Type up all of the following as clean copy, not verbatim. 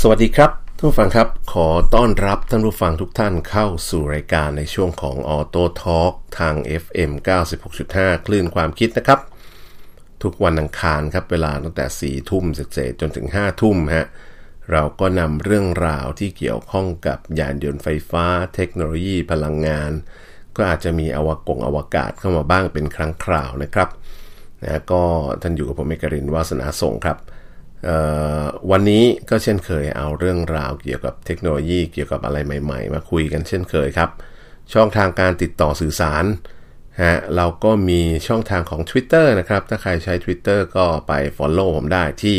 สวัสดีครับท่านผู้ฟังครับขอต้อนรับท่านผู้ฟังทุกท่านเข้าสู่รายการในช่วงของ Auto Talk ทาง FM 96.5 คลื่นความคิดนะครับทุกวันอังคารครับเวลาตั้งแต่ 4 ทุ่มเศษจนถึง 5 ทุ่มฮะเราก็นำเรื่องราวที่เกี่ยวข้องกับยานยนต์ไฟฟ้าเทคโนโลยีพลังงานก็อาจจะมีอวกาศเข้ามาบ้างเป็นครั้งคราวนะครับก็ท่านอยู่กับผมเอกรินทร์วาสนาส่งครับวันนี้ก็เช่นเคยเอาเรื่องราวเกี่ยวกับเทคโนโลยีเกี่ยวกับอะไรใหม่ๆมาคุยกันเช่นเคยครับช่องทางการติดต่อสื่อสารเราก็มีช่องทางของ Twitter นะครับถ้าใครใช้ Twitter ก็ไป follow ผมได้ที่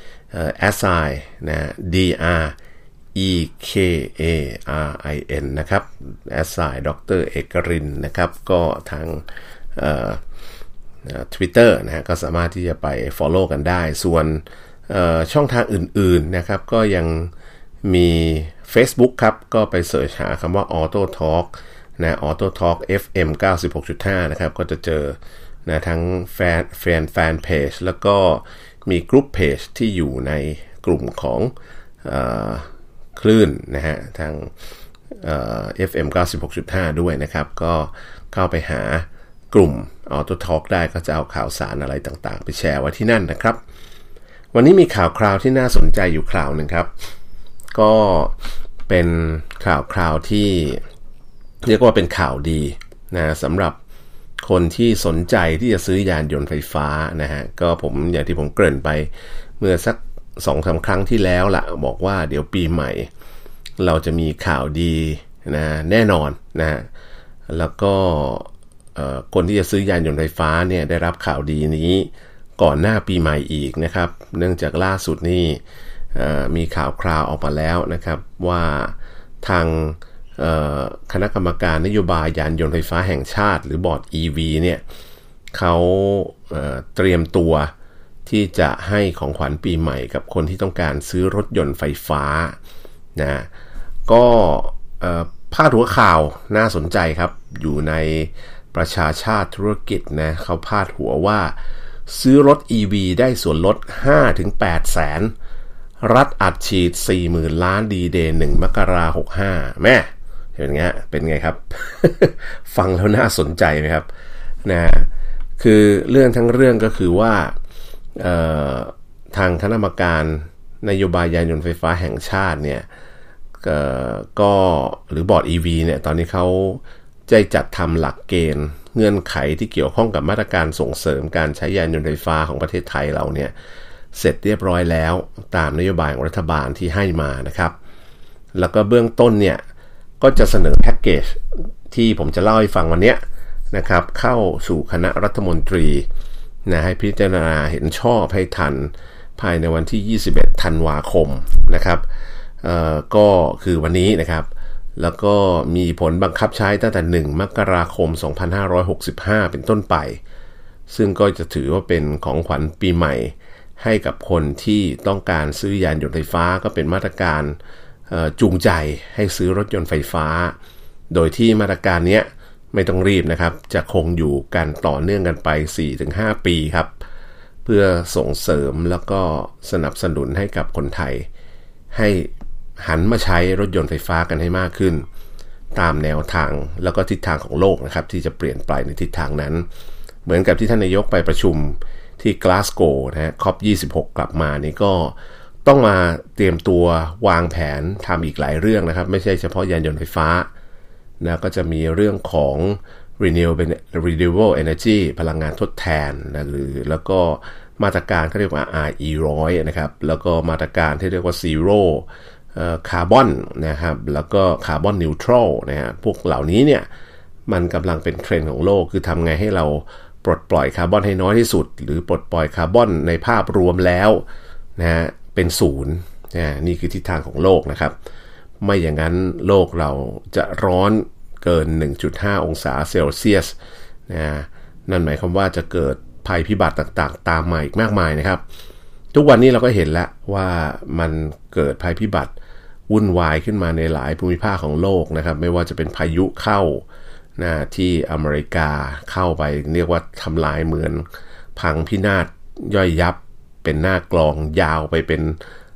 @DREKARIN นะครับดร.เอกรินทร์นะครับก็ทางTwitter นะก็สามารถที่จะไป follow กันได้ส่วนช่องทางอื่นๆนะครับก็ยังมี Facebook ครับก็ไปเสิร์ชหาคำว่า Auto Talk นะ Auto Talk FM 96.5 นะครับก็จะเจอนะทั้งแฟนเพจแล้วก็มีกลุ่มเพจที่อยู่ในกลุ่มของคลื่นนะฮะทางFM 96.5 ด้วยนะครับก็เข้าไปหากลุ่ม Auto Talk ได้ก็จะเอาข่าวสารอะไรต่างๆไปแชร์ไว้ที่นั่นนะครับวันนี้มีข่าวคราวที่น่าสนใจอยู่ข่าวหนึ่งครับก็เป็นข่าวที่เรียกว่าเป็นข่าวดีนะสำหรับคนที่สนใจที่จะซื้อยานยนต์ไฟฟ้านะฮะก็ผมอย่างที่ผมเกริ่นไปเมื่อสัก 2-3 ครั้งที่แล้วละบอกว่าเดี๋ยวปีใหม่เราจะมีข่าวดีนะแน่นอนนะแล้วก็คนที่จะซื้อยานยนต์ไฟฟ้าเนี่ยได้รับข่าวดีนี้ก่อนหน้าปีใหม่อีกนะครับเนื่องจากล่าสุดนี่มีข่าวคราวออกมาแล้วนะครับว่าทางคณะกรรมการนโยบายยานยนต์ไฟฟ้าแห่งชาติหรือบอร์ด EV เนี่ยเขาเตรียมตัวที่จะให้ของขวัญปีใหม่กับคนที่ต้องการซื้อรถยนต์ไฟฟ้านะก็พาดหัวข่าวน่าสนใจครับอยู่ในประชาชาติธุรกิจนะเขาพาดหัวว่าซื้อรถ EV ได้ส่วนลด 5-8 แสนรัฐอัดฉีด 40,000 ล้านดีเดย์1 มกราคม 65แม่เป็นไงครับ ฟังแล้วน่าสนใจไหมครับนะคือเรื่องทั้งเรื่องก็คือว่าทางคณะกรรมการนโยบายยานยนต์ไฟฟ้าแห่งชาติเนี่ยก็หรือบอร์ด EV เนี่ยตอนนี้เขาได้จัดทำหลักเกณฑ์เงื่อนไขที่เกี่ยวข้องกับมาตรการส่งเสริมการใช้ยานยนต์ไฟฟ้าของประเทศไทยเราเนี่ยเสร็จเรียบร้อยแล้วตามนโยบายของรัฐบาลที่ให้มานะครับแล้วก็เบื้องต้นเนี่ยก็จะเสนอแพ็กเกจที่ผมจะเล่าให้ฟังวันนี้นะครับเข้าสู่คณะรัฐมนตรีนะให้พิจารณาเห็นชอบให้ทันภายในวันที่21ธันวาคมนะครับก็คือวันนี้นะครับแล้วก็มีผลบังคับใช้ตั้งแต่1 มกราคม 2565 เป็นต้นไปซึ่งก็จะถือว่าเป็นของขวัญปีใหม่ให้กับคนที่ต้องการซื้อยานยนต์ไฟฟ้าก็เป็นมาตรการจูงใจให้ซื้อรถยนต์ไฟฟ้าโดยที่มาตรการนี้ไม่ต้องรีบนะครับจะคงอยู่กันต่อเนื่องกันไป 4-5 ปีครับเพื่อส่งเสริมแล้วก็สนับสนุนให้กับคนไทยให้หันมาใช้รถยนต์ไฟฟ้ากันให้มากขึ้นตามแนวทางแล้วก็ทิศทางของโลกนะครับที่จะเปลี่ยนไปในทิศทางนั้นเหมือนกับที่ท่านนายกไปประชุมที่กลาสโกว์นะฮะ COP26 กลับมานี่ก็ต้องมาเตรียมตัววางแผนทำอีกหลายเรื่องนะครับไม่ใช่เฉพาะยานยนต์ไฟฟ้านะก็จะมีเรื่องของ renewable energy พลังงานทดแทนนะแล้วก็มาตรการเขาเรียกว่า RE100 นะครับแล้วก็มาตรการที่เรียกว่า zeroคาร์บอนนะครับแล้วก็คาร์บอนนิวทรัลนะฮะพวกเหล่านี้เนี่ยมันกำลังเป็นเทรนด์ของโลกคือทำไงให้เราปลดปล่อยคาร์บอนให้น้อยที่สุดหรือปลดปล่อยคาร์บอนในภาพรวมแล้วนะฮะเป็นศูนย์นี่คือทิศทางของโลกนะครับไม่อย่างนั้นโลกเราจะร้อนเกิน 1.5 องศาเซลเซียสนั่นหมายความว่าจะเกิดภัยพิบัติต่างๆตามมาอีกมากมายนะครับทุกวันนี้เราก็เห็นแล้วว่ามันเกิดภัยพิบัติวุ่นวายขึ้นมาในหลายภูมิภาคของโลกนะครับไม่ว่าจะเป็นพายุเข้านะที่อเมริกาเข้าไปเรียกว่าทำลายเมืองพังพินาศย่อยยับเป็นหน้ากลองยาวไปเป็น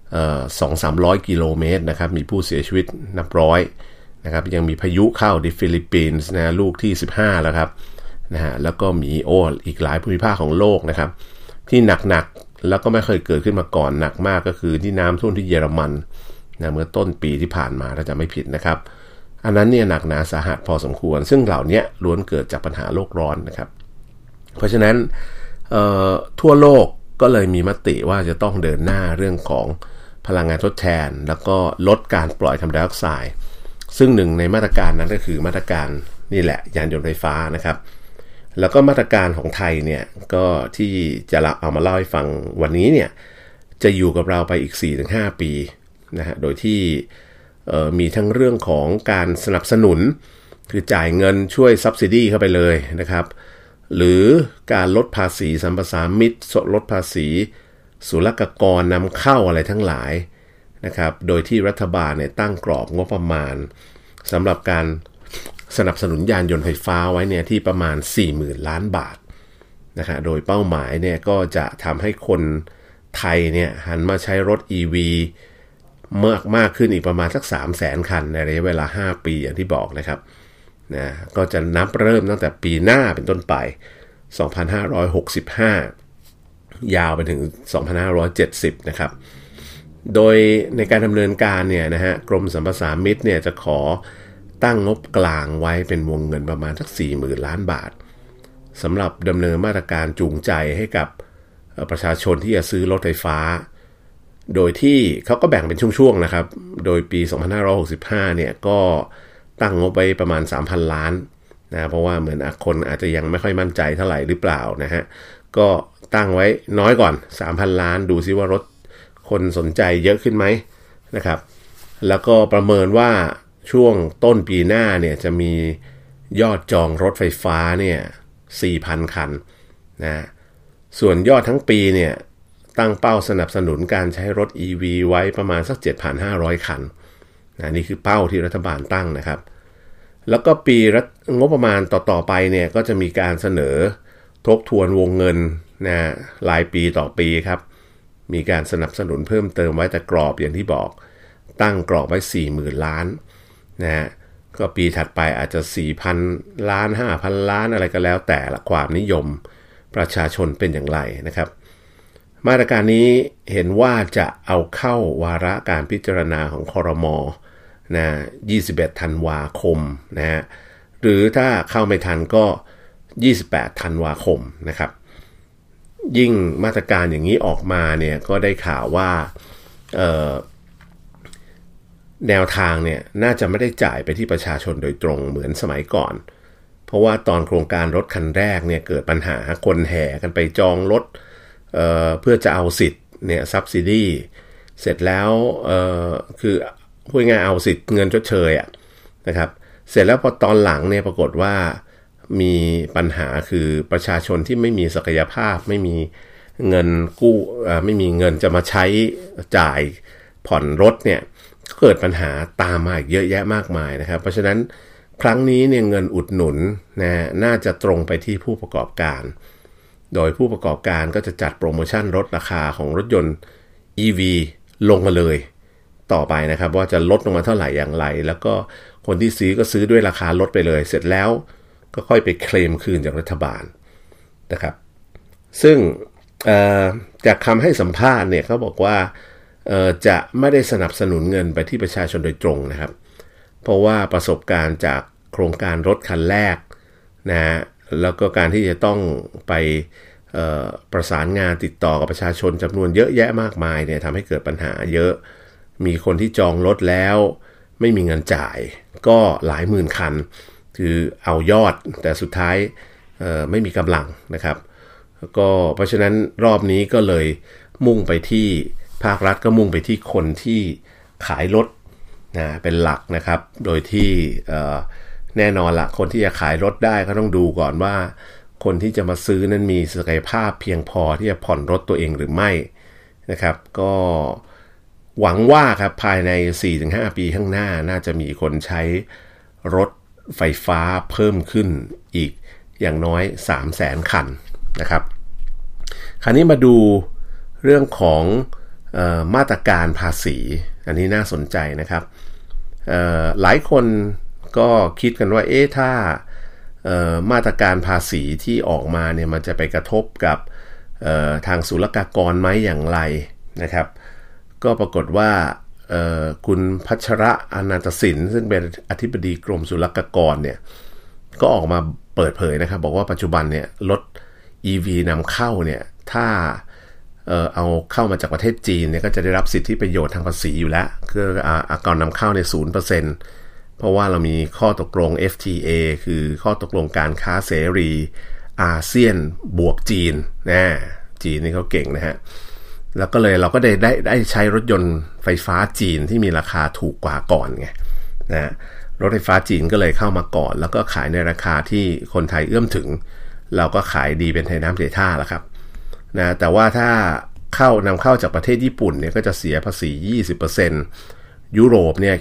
200-300 กิโลเมตรนะครับมีผู้เสียชีวิตนับร้อยนะครับยังมีพายุเข้าที่ฟิลิปปินส์นะลูกที่15แล้วครับนะฮะแล้วก็มีอีกหลายภูมิภาคของโลกนะครับที่หนักๆแล้วก็ไม่เคยเกิดขึ้นมาก่อนหนักมากก็คือที่น้ำท่วมที่เยอรมันนะเมื่อต้นปีที่ผ่านมาถ้าจะไม่ผิดนะครับอันนั้นเนี่ยหนักหนาสาหัสพอสมควรซึ่งเหล่านี้ล้วนเกิดจากปัญหาโลกร้อนนะครับเพราะฉะนั้นทั่วโลกก็เลยมีมติว่าจะต้องเดินหน้าเรื่องของพลังงานทดแทนแล้วก็ลดการปล่อยคาร์บอนไดออกไซด์ซึ่งหนึ่งในมาตรการนั้นก็คือมาตรการนี่แหละยานยนต์ไฟฟ้านะครับแล้วก็มาตรการของไทยเนี่ยก็ที่จะเอามาเล่าให้ฟังวันนี้เนี่ยจะอยู่กับเราไปอีก 4-5 ปีนะฮะโดยที่มีทั้งเรื่องของการสนับสนุนคือจ่ายเงินช่วย subsidy เข้าไปเลยนะครับหรือการลดภาษีสัมปทานมิตรลดภาษีศุลกากรนำเข้าอะไรทั้งหลายนะครับโดยที่รัฐบาลเนี่ยตั้งกรอบงบประมาณสำหรับการสนับสนุนยานยนต์ไฟฟ้าไว้เนี่ยที่ประมาณ 40,000 ล้านบาทนะฮะโดยเป้าหมายเนี่ยก็จะทำให้คนไทยเนี่ยหันมาใช้รถ EV มากขึ้นอีกประมาณสัก 300,000 คันในระยะเวลา5 ปีอย่างที่บอกนะครับนะก็จะนับเริ่มตั้งแต่ปีหน้าเป็นต้นไป 2565 ยาวไปถึง 2570 นะครับโดยในการดำเนินการเนี่ยนะฮะกรมสรรพสามิตเนี่ยจะขอตั้งงบกลางไว้เป็นวงเงินประมาณสัก 40,000 ล้านบาทสำหรับดำเนินมาตรการจูงใจให้กับประชาชนที่จะซื้อรถไฟฟ้าโดยที่เขาก็แบ่งเป็นช่วงๆนะครับโดยปี 2565 เนี่ยก็ตั้งงบไว้ประมาณ 3,000 ล้านนะเพราะว่าเหมือนคนอาจจะยังไม่ค่อยมั่นใจเท่าไหร่หรือเปล่านะฮะก็ตั้งไว้น้อยก่อน 3,000 ล้านดูซิว่ารถคนสนใจเยอะขึ้นไหมนะครับแล้วก็ประเมินว่าช่วงต้นปีหน้าเนี่ยจะมียอดจองรถไฟฟ้าเนี่ย 4,000 คันนะส่วนยอดทั้งปีเนี่ยตั้งเป้าสนับสนุนการใช้รถ EV ไว้ประมาณสัก 7,500 คันนะนี่คือเป้าที่รัฐบาลตั้งนะครับแล้วก็ปีงบประมาณต่อไปเนี่ยก็จะมีการเสนอทบทวนวงเงินนะรายปีต่อปีครับมีการสนับสนุนเพิ่มเติมไว้แต่กรอบอย่างที่บอกตั้งกรอบไว้ 40,000 ล้านนะฮะก็ปีถัดไปอาจจะ 4,000 ล้าน 5,000 ล้านอะไรก็แล้วแต่ละความนิยมประชาชนเป็นอย่างไรนะครับมาตรการนี้เห็นว่าจะเอาเข้าวาระการพิจารณาของครม.นะ21 ธันวาคมนะฮะหรือถ้าเข้าไม่ทันก็28 ธันวาคมนะครับยิ่งมาตรการอย่างนี้ออกมาเนี่ยก็ได้ข่าวว่าแนวทางเนี่ยน่าจะไม่ได้จ่ายไปที่ประชาชนโดยตรงเหมือนสมัยก่อนเพราะว่าตอนโครงการรถคันแรกเนี่ยเกิดปัญหาคนแห่กันไปจองรถเพื่อจะเอาสิทธิ์เนี่ยซับซิดีเสร็จแล้วคือพูดง่ายเอาสิทธิ์เงินชดเชยนะครับเสร็จแล้วพอตอนหลังเนี่ยปรากฏว่ามีปัญหาคือประชาชนที่ไม่มีศักยภาพไม่มีเงินกู้ไม่มีเงินจะมาใช้จ่ายผ่อนรถเนี่ยเกิดปัญหาตามมาอีกเยอะแยะมากมายนะครับเพราะฉะนั้นครั้งนี้เนี่ยเงินอุดหนุนนะน่าจะตรงไปที่ผู้ประกอบการโดยผู้ประกอบการก็จะจัดโปรโมชั่นลดราคาของรถยนต์ EV ลงมาเลยต่อไปนะครับว่าจะลดลงมาเท่าไหร่อย่างไรแล้วก็คนที่ซื้อก็ซื้อด้วยราคาลดไปเลยเสร็จแล้วก็ค่อยไปเคลมคืนจากรัฐบาลนะครับซึ่งจากคำให้สัมภาษณ์เนี่ยเขาบอกว่าจะไม่ได้สนับสนุนเงินไปที่ประชาชนโดยตรงนะครับเพราะว่าประสบการณ์จากโครงการรถคันแรกนะแล้วก็การที่จะต้องไปประสานงานติดต่อกับประชาชนจำนวนเยอะแยะมากมายเนี่ยทำให้เกิดปัญหาเยอะมีคนที่จองรถแล้วไม่มีเงินจ่ายก็หลายหมื่นคันคือเอายอดแต่สุดท้ายไม่มีกำลังนะครับก็เพราะฉะนั้นรอบนี้ก็เลยมุ่งไปที่ภาครัฐก็มุ่งไปที่คนที่ขายรถนะเป็นหลักนะครับโดยที่แน่นอนละคนที่จะขายรถได้ก็ต้องดูก่อนว่าคนที่จะมาซื้อนั้นมีศักยภาพเพียงพอที่จะผ่อนรถตัวเองหรือไม่นะครับก็หวังว่าครับภายใน 4-5 ปีข้างหน้าน่าจะมีคนใช้รถไฟฟ้าเพิ่มขึ้นอีกอย่างน้อย 300,000 คันนะครับคราวนี้มาดูเรื่องของมาตรการภาษีอันนี้น่าสนใจนะครับหลายคนก็คิดกันว่าถ้ามาตรการภาษีที่ออกมาเนี่ยมันจะไปกระทบกับทางศุลกากรไหมอย่างไรนะครับก็ปรากฏว่าคุณพัชระอนันตสินซึ่งเป็นอธิบดีกรมศุลกากรเนี่ยก็ออกมาเปิดเผยนะครับบอกว่าปัจจุบันเนี่ยรถ EV นำเข้าเนี่ยถ้าเอาเข้ามาจากประเทศจีนเนี่ยก็จะได้รับสิทธิประโยชน์ทางภาษีอยู่แล้วคือก่อนนำเข้าใน 0% เพราะว่าเรามีข้อตกลง FTA คือข้อตกลงการค้าเสรีอาเซียนบวกจีนนะจีนนี่เขาเก่งนะฮะแล้วก็เลยเราก็ได้ใช้รถยนต์ไฟฟ้าจีนที่มีราคาถูกกว่าก่อนไงนะรถไฟฟ้าจีนก็เลยเข้ามาก่อนแล้วก็ขายในราคาที่คนไทยเอื้อมถึงเราก็ขายดีเป็นเทน้ำเทท่าแล้วครับนะแต่ว่าถ้านำเข้าจากประเทศญี่ปุ่นเนี่ยก็จะเสียภาษี 20% ยุโรปเนี่ย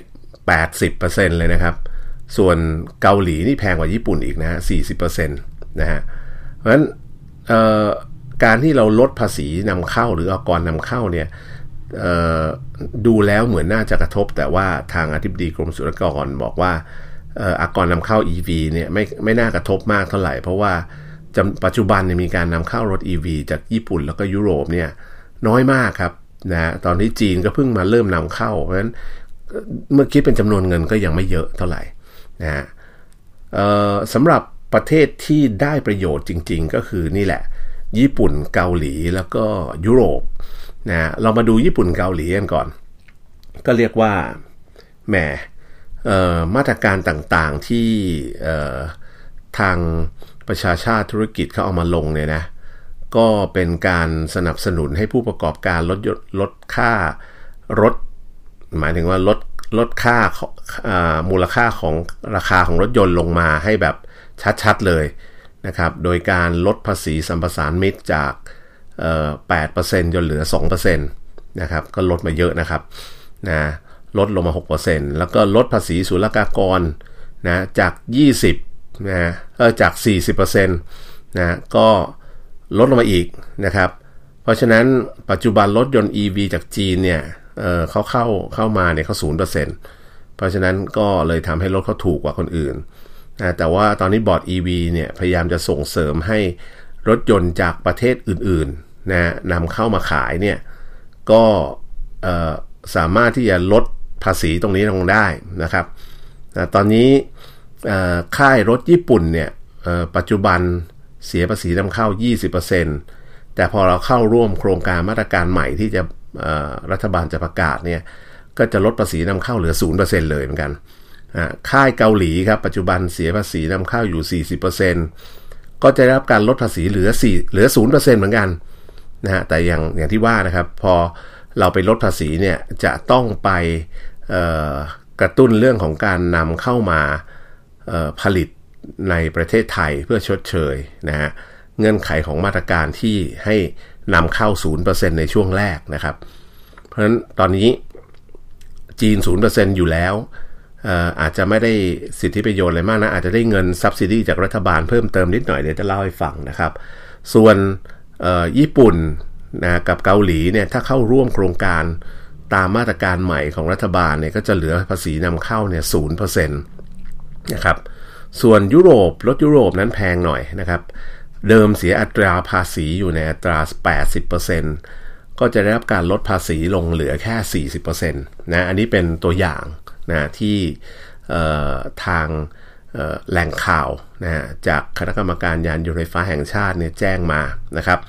80% เลยนะครับส่วนเกาหลีนี่แพงกว่าญี่ปุ่นอีกนะฮะ 40% นะฮะเพราะฉะนั้นการที่เราลดภาษีนำเข้าหรืออากรนำเข้าเนี่ยดูแล้วเหมือนน่าจะกระทบแต่ว่าทางอธิบดีกรมศุลกากรบอกว่าอากรนำเข้า EV เนี่ยไม่น่ากระทบมากเท่าไหร่เพราะว่าปัจจุบันเนี่ยมีการนำเข้ารถ EV จากญี่ปุ่นแล้วก็ยุโรปเนี่ยน้อยมากครับนะตอนนี้จีนก็เพิ่งมาเริ่มนำเข้าเพราะฉะนั้นเมื่อคิดเป็นจำนวนเงินก็ยังไม่เยอะเท่าไหร่นะสำหรับประเทศที่ได้ประโยชน์จริงๆก็คือนี่แหละญี่ปุ่นเกาหลีแล้วก็ยุโรปนะเรามาดูญี่ปุ่นเกาหลีกันก่อนก็เรียกว่าแหมมาตรการต่างๆที่ทางประชาชาติธุรกิจเขาเอามาลงเนี่ยนะก็เป็นการสนับสนุนให้ผู้ประกอบการลดค่ารถหมายถึงว่าลดค่ามูลค่าของราคาของรถยนต์ลงมาให้แบบชัดๆเลยนะครับโดยการลดภาษีสัมปทานมิตรจาก8% จนเหลือ 2% นะครับก็ลดมาเยอะนะครับนะลดลงมา 6% แล้วก็ลดภาษีศุลกากรนะจาก20นะจาก 40% นะก็ลดลงมาอีกนะครับเพราะฉะนั้นปัจจุบันรถยนต์ EV จากจีนเนี่ยเขาเข้ามาเนี่ยเขา 0% เพราะฉะนั้นก็เลยทำให้รถเขาถูกกว่าคนอื่นนะแต่ว่าตอนนี้บอร์ด EV เนี่ยพยายามจะส่งเสริมให้รถยนต์จากประเทศอื่นๆนะนำเข้ามาขายเนี่ยก็สามารถที่จะลดภาษีตรงนี้ลงได้นะครับตอนนี้ค่ายรถญี่ปุ่นเนี่ยปัจจุบันเสียภาษีนำเข้า 20% แต่พอเราเข้าร่วมโครงการมาตรการใหม่ที่จะรัฐบาลจะประกาศเนี่ยก็จะลดภาษีนำเข้าเหลือ 0% เลยเหมือนกันค่ายเกาหลีครับปัจจุบันเสียภาษีนำเข้าอยู่ 40% ก็จะได้รับการลดภาษีเหลือ 0% เหมือนกันนะฮะแต่อย่างที่ว่านะครับพอเราไปลดภาษีเนี่ยจะต้องไปกระตุ้นเรื่องของการนำเข้ามาผลิตในประเทศไทยเพื่อชดเชยนะฮะเงื่อนไขของมาตรการที่ให้นำเข้า 0% ในช่วงแรกนะครับเพราะฉะนั้นตอนนี้จีน 0% อยู่แล้วอาจจะไม่ได้สิทธิประโยชน์อะไรมากนะอาจจะได้เงิน subsidy จากรัฐบาลเพิ่มเติมนิดหน่อยเดี๋ยวจะเล่าให้ฟังนะครับส่วนญี่ปุ่นนะกับเกาหลีเนี่ยถ้าเข้าร่วมโครงการตามมาตรการใหม่ของรัฐบาลเนี่ยก็จะเหลือภาษีนำเข้าเนี่ย 0% นะครับส่วนยุโรปรถยุโรปนั้นแพงหน่อยนะครับเดิมเสียอัตราภาษีอยู่ในอัตรา 80% ก็จะได้รับการลดภาษีลงเหลือแค่ 40% นะอันนี้เป็นตัวอย่างนะที่ทางแหล่งข่าวนะจากคณะกรรมการยานยนต์ไฟฟ้าแห่งชาติเนี่ยแจ้งมานะครับ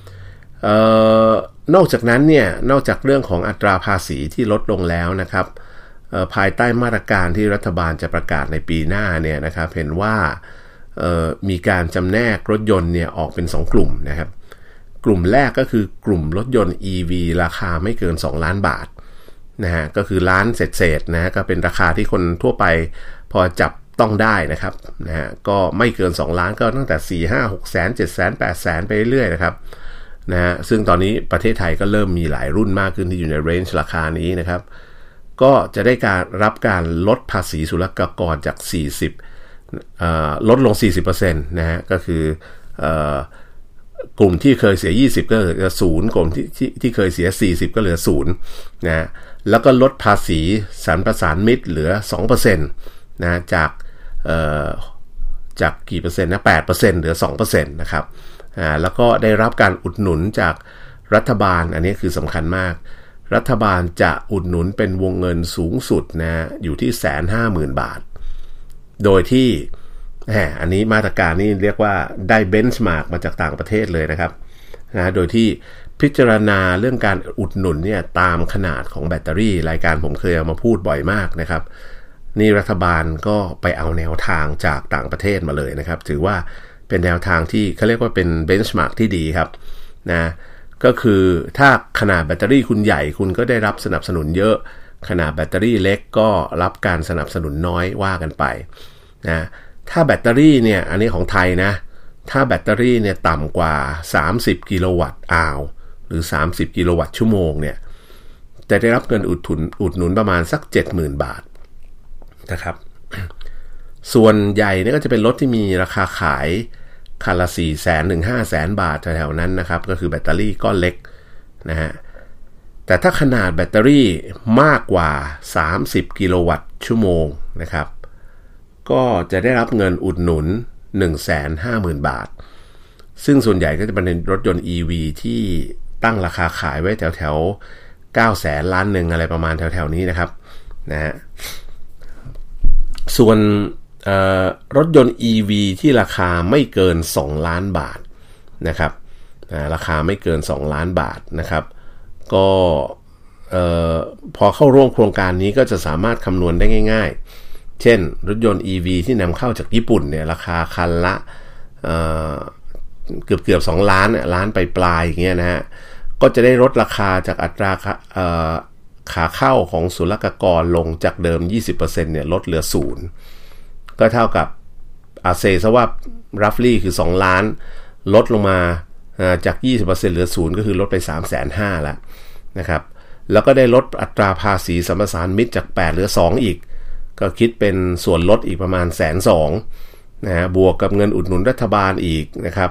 นอกจากนั้นเนี่ยนอกจากเรื่องของอัตราภาษีที่ลดลงแล้วนะครับภายใต้มาตรการที่รัฐบาลจะประกาศในปีหน้าเนี่ยนะครับเห็นว่ามีการจำแนกรถยนต์เนี่ยออกเป็น2กลุ่มนะครับกลุ่มแรกก็คือกลุ่มรถยนต์ EV ราคาไม่เกิน2ล้านบาทนะฮะก็คือล้านเศษนะก็เป็นราคาที่คนทั่วไปพอจับต้องได้นะครับนะฮะก็ไม่เกิน2ล้านก็ตั้งแต่4 5 6แสน7แสน8แสนไปเรื่อยๆนะครับนะฮะซึ่งตอนนี้ประเทศไทยก็เริ่มมีหลายรุ่นมากขึ้นที่อยู่ในเรนจ์ราคานี้นะครับก็จะได้รับการลดภาษีศุลกากรจาก40ลดลง 40% นะฮะก็คือกลุ่มที่เคยเสีย20ก็เหลือ0กลุ่มที่เคยเสีย40ก็เหลือ0นะแล้วก็ลดภาษีสรรพสานมิตรเหลือ 2% นะจากกี่เปอร์เซ็นต์นะ 8% เหลือ 2% นะครับแล้วก็ได้รับการอุดหนุนจากรัฐบาลอันนี้คือสำคัญมากรัฐบาลจะอุดหนุนเป็นวงเงินสูงสุดนะอยู่ที่ 150,000 บาทโดยที่อันนี้มาตรการนี้เรียกว่าได้เบนช์มาร์กมาจากต่างประเทศเลยนะครับนะโดยที่พิจารณาเรื่องการอุดหนุนเนี่ยตามขนาดของแบตเตอรี่รายการผมเคยเอามาพูดบ่อยมากนะครับนี่รัฐบาลก็ไปเอาแนวทางจากต่างประเทศมาเลยนะครับถือว่าเป็นแนวทางที่เขาเรียกว่าเป็นเบนช์มาร์กที่ดีครับนะก็คือถ้าขนาดแบตเตอรี่คุณใหญ่คุณก็ได้รับสนับสนุนเยอะขนาดแบตเตอรี่เล็กก็รับการสนับสนุนน้อยว่ากันไปนะถ้าแบตเตอรี่เนี่ยอันนี้ของไทยนะถ้าแบตเตอรี่เนี่ยต่ำกว่า30กิโลวัตต์อาวหรือ30กิโลวัตต์ชั่วโมงเนี่ยจะได้รับเงินอุดหนุนประมาณสัก 70,000 บาทนะครับส่วนใหญ่เนี่ยก็จะเป็นรถที่มีราคาขายคันละ 400,000 ถึง 500,000 บาทแถวๆนั้นนะครับก็คือแบตเตอรี่ก้อนเล็กนะฮะแต่ถ้าขนาดแบตเตอรี่มากกว่า30กิโลวัตต์ชั่วโมงนะครับก็จะได้รับเงินอุดหนุน 150,000 บาทซึ่งส่วนใหญ่ก็จะเป็นรถยนต์ EV ที่ตั้งราคาขายไว้แถวๆ900,000 ล้านหนึ่งอะไรประมาณแถวๆนี้นะครับนะฮะส่วนรถยนต์ EV ที่ราคาไม่เกิน2ล้านบาทนะครับราคาไม่เกิน2ล้านบาทนะครับก็พอเข้าร่วมโครงการนี้ก็จะสามารถคำนวณได้ง่ายๆเช่นรถยนต์ EV ที่นำเข้าจากญี่ปุ่นเนี่ยราคาคันละเกือบ2ล้านล้านปลายอย่างเงี้ยนะฮะก็จะได้ลดราคาจากอัตราขาเข้าของศุลกากรลงจากเดิม 20% เนี่ยลดเหลือ0ก็เท่ากับเซซะว่า roughly คือ2ล้านลดลงมาจาก 20% เหลือ0ก็คือลดไป 350,000 แล้วนะครับแล้วก็ได้ลดอัตราภาษีสัมปทานมิตรจาก8เหลือ2อีกก็คิดเป็นส่วนลดอีกประมาณ 120,000 นะฮะบวกกับเงินอุดหนุนรัฐบาลอีกนะครับ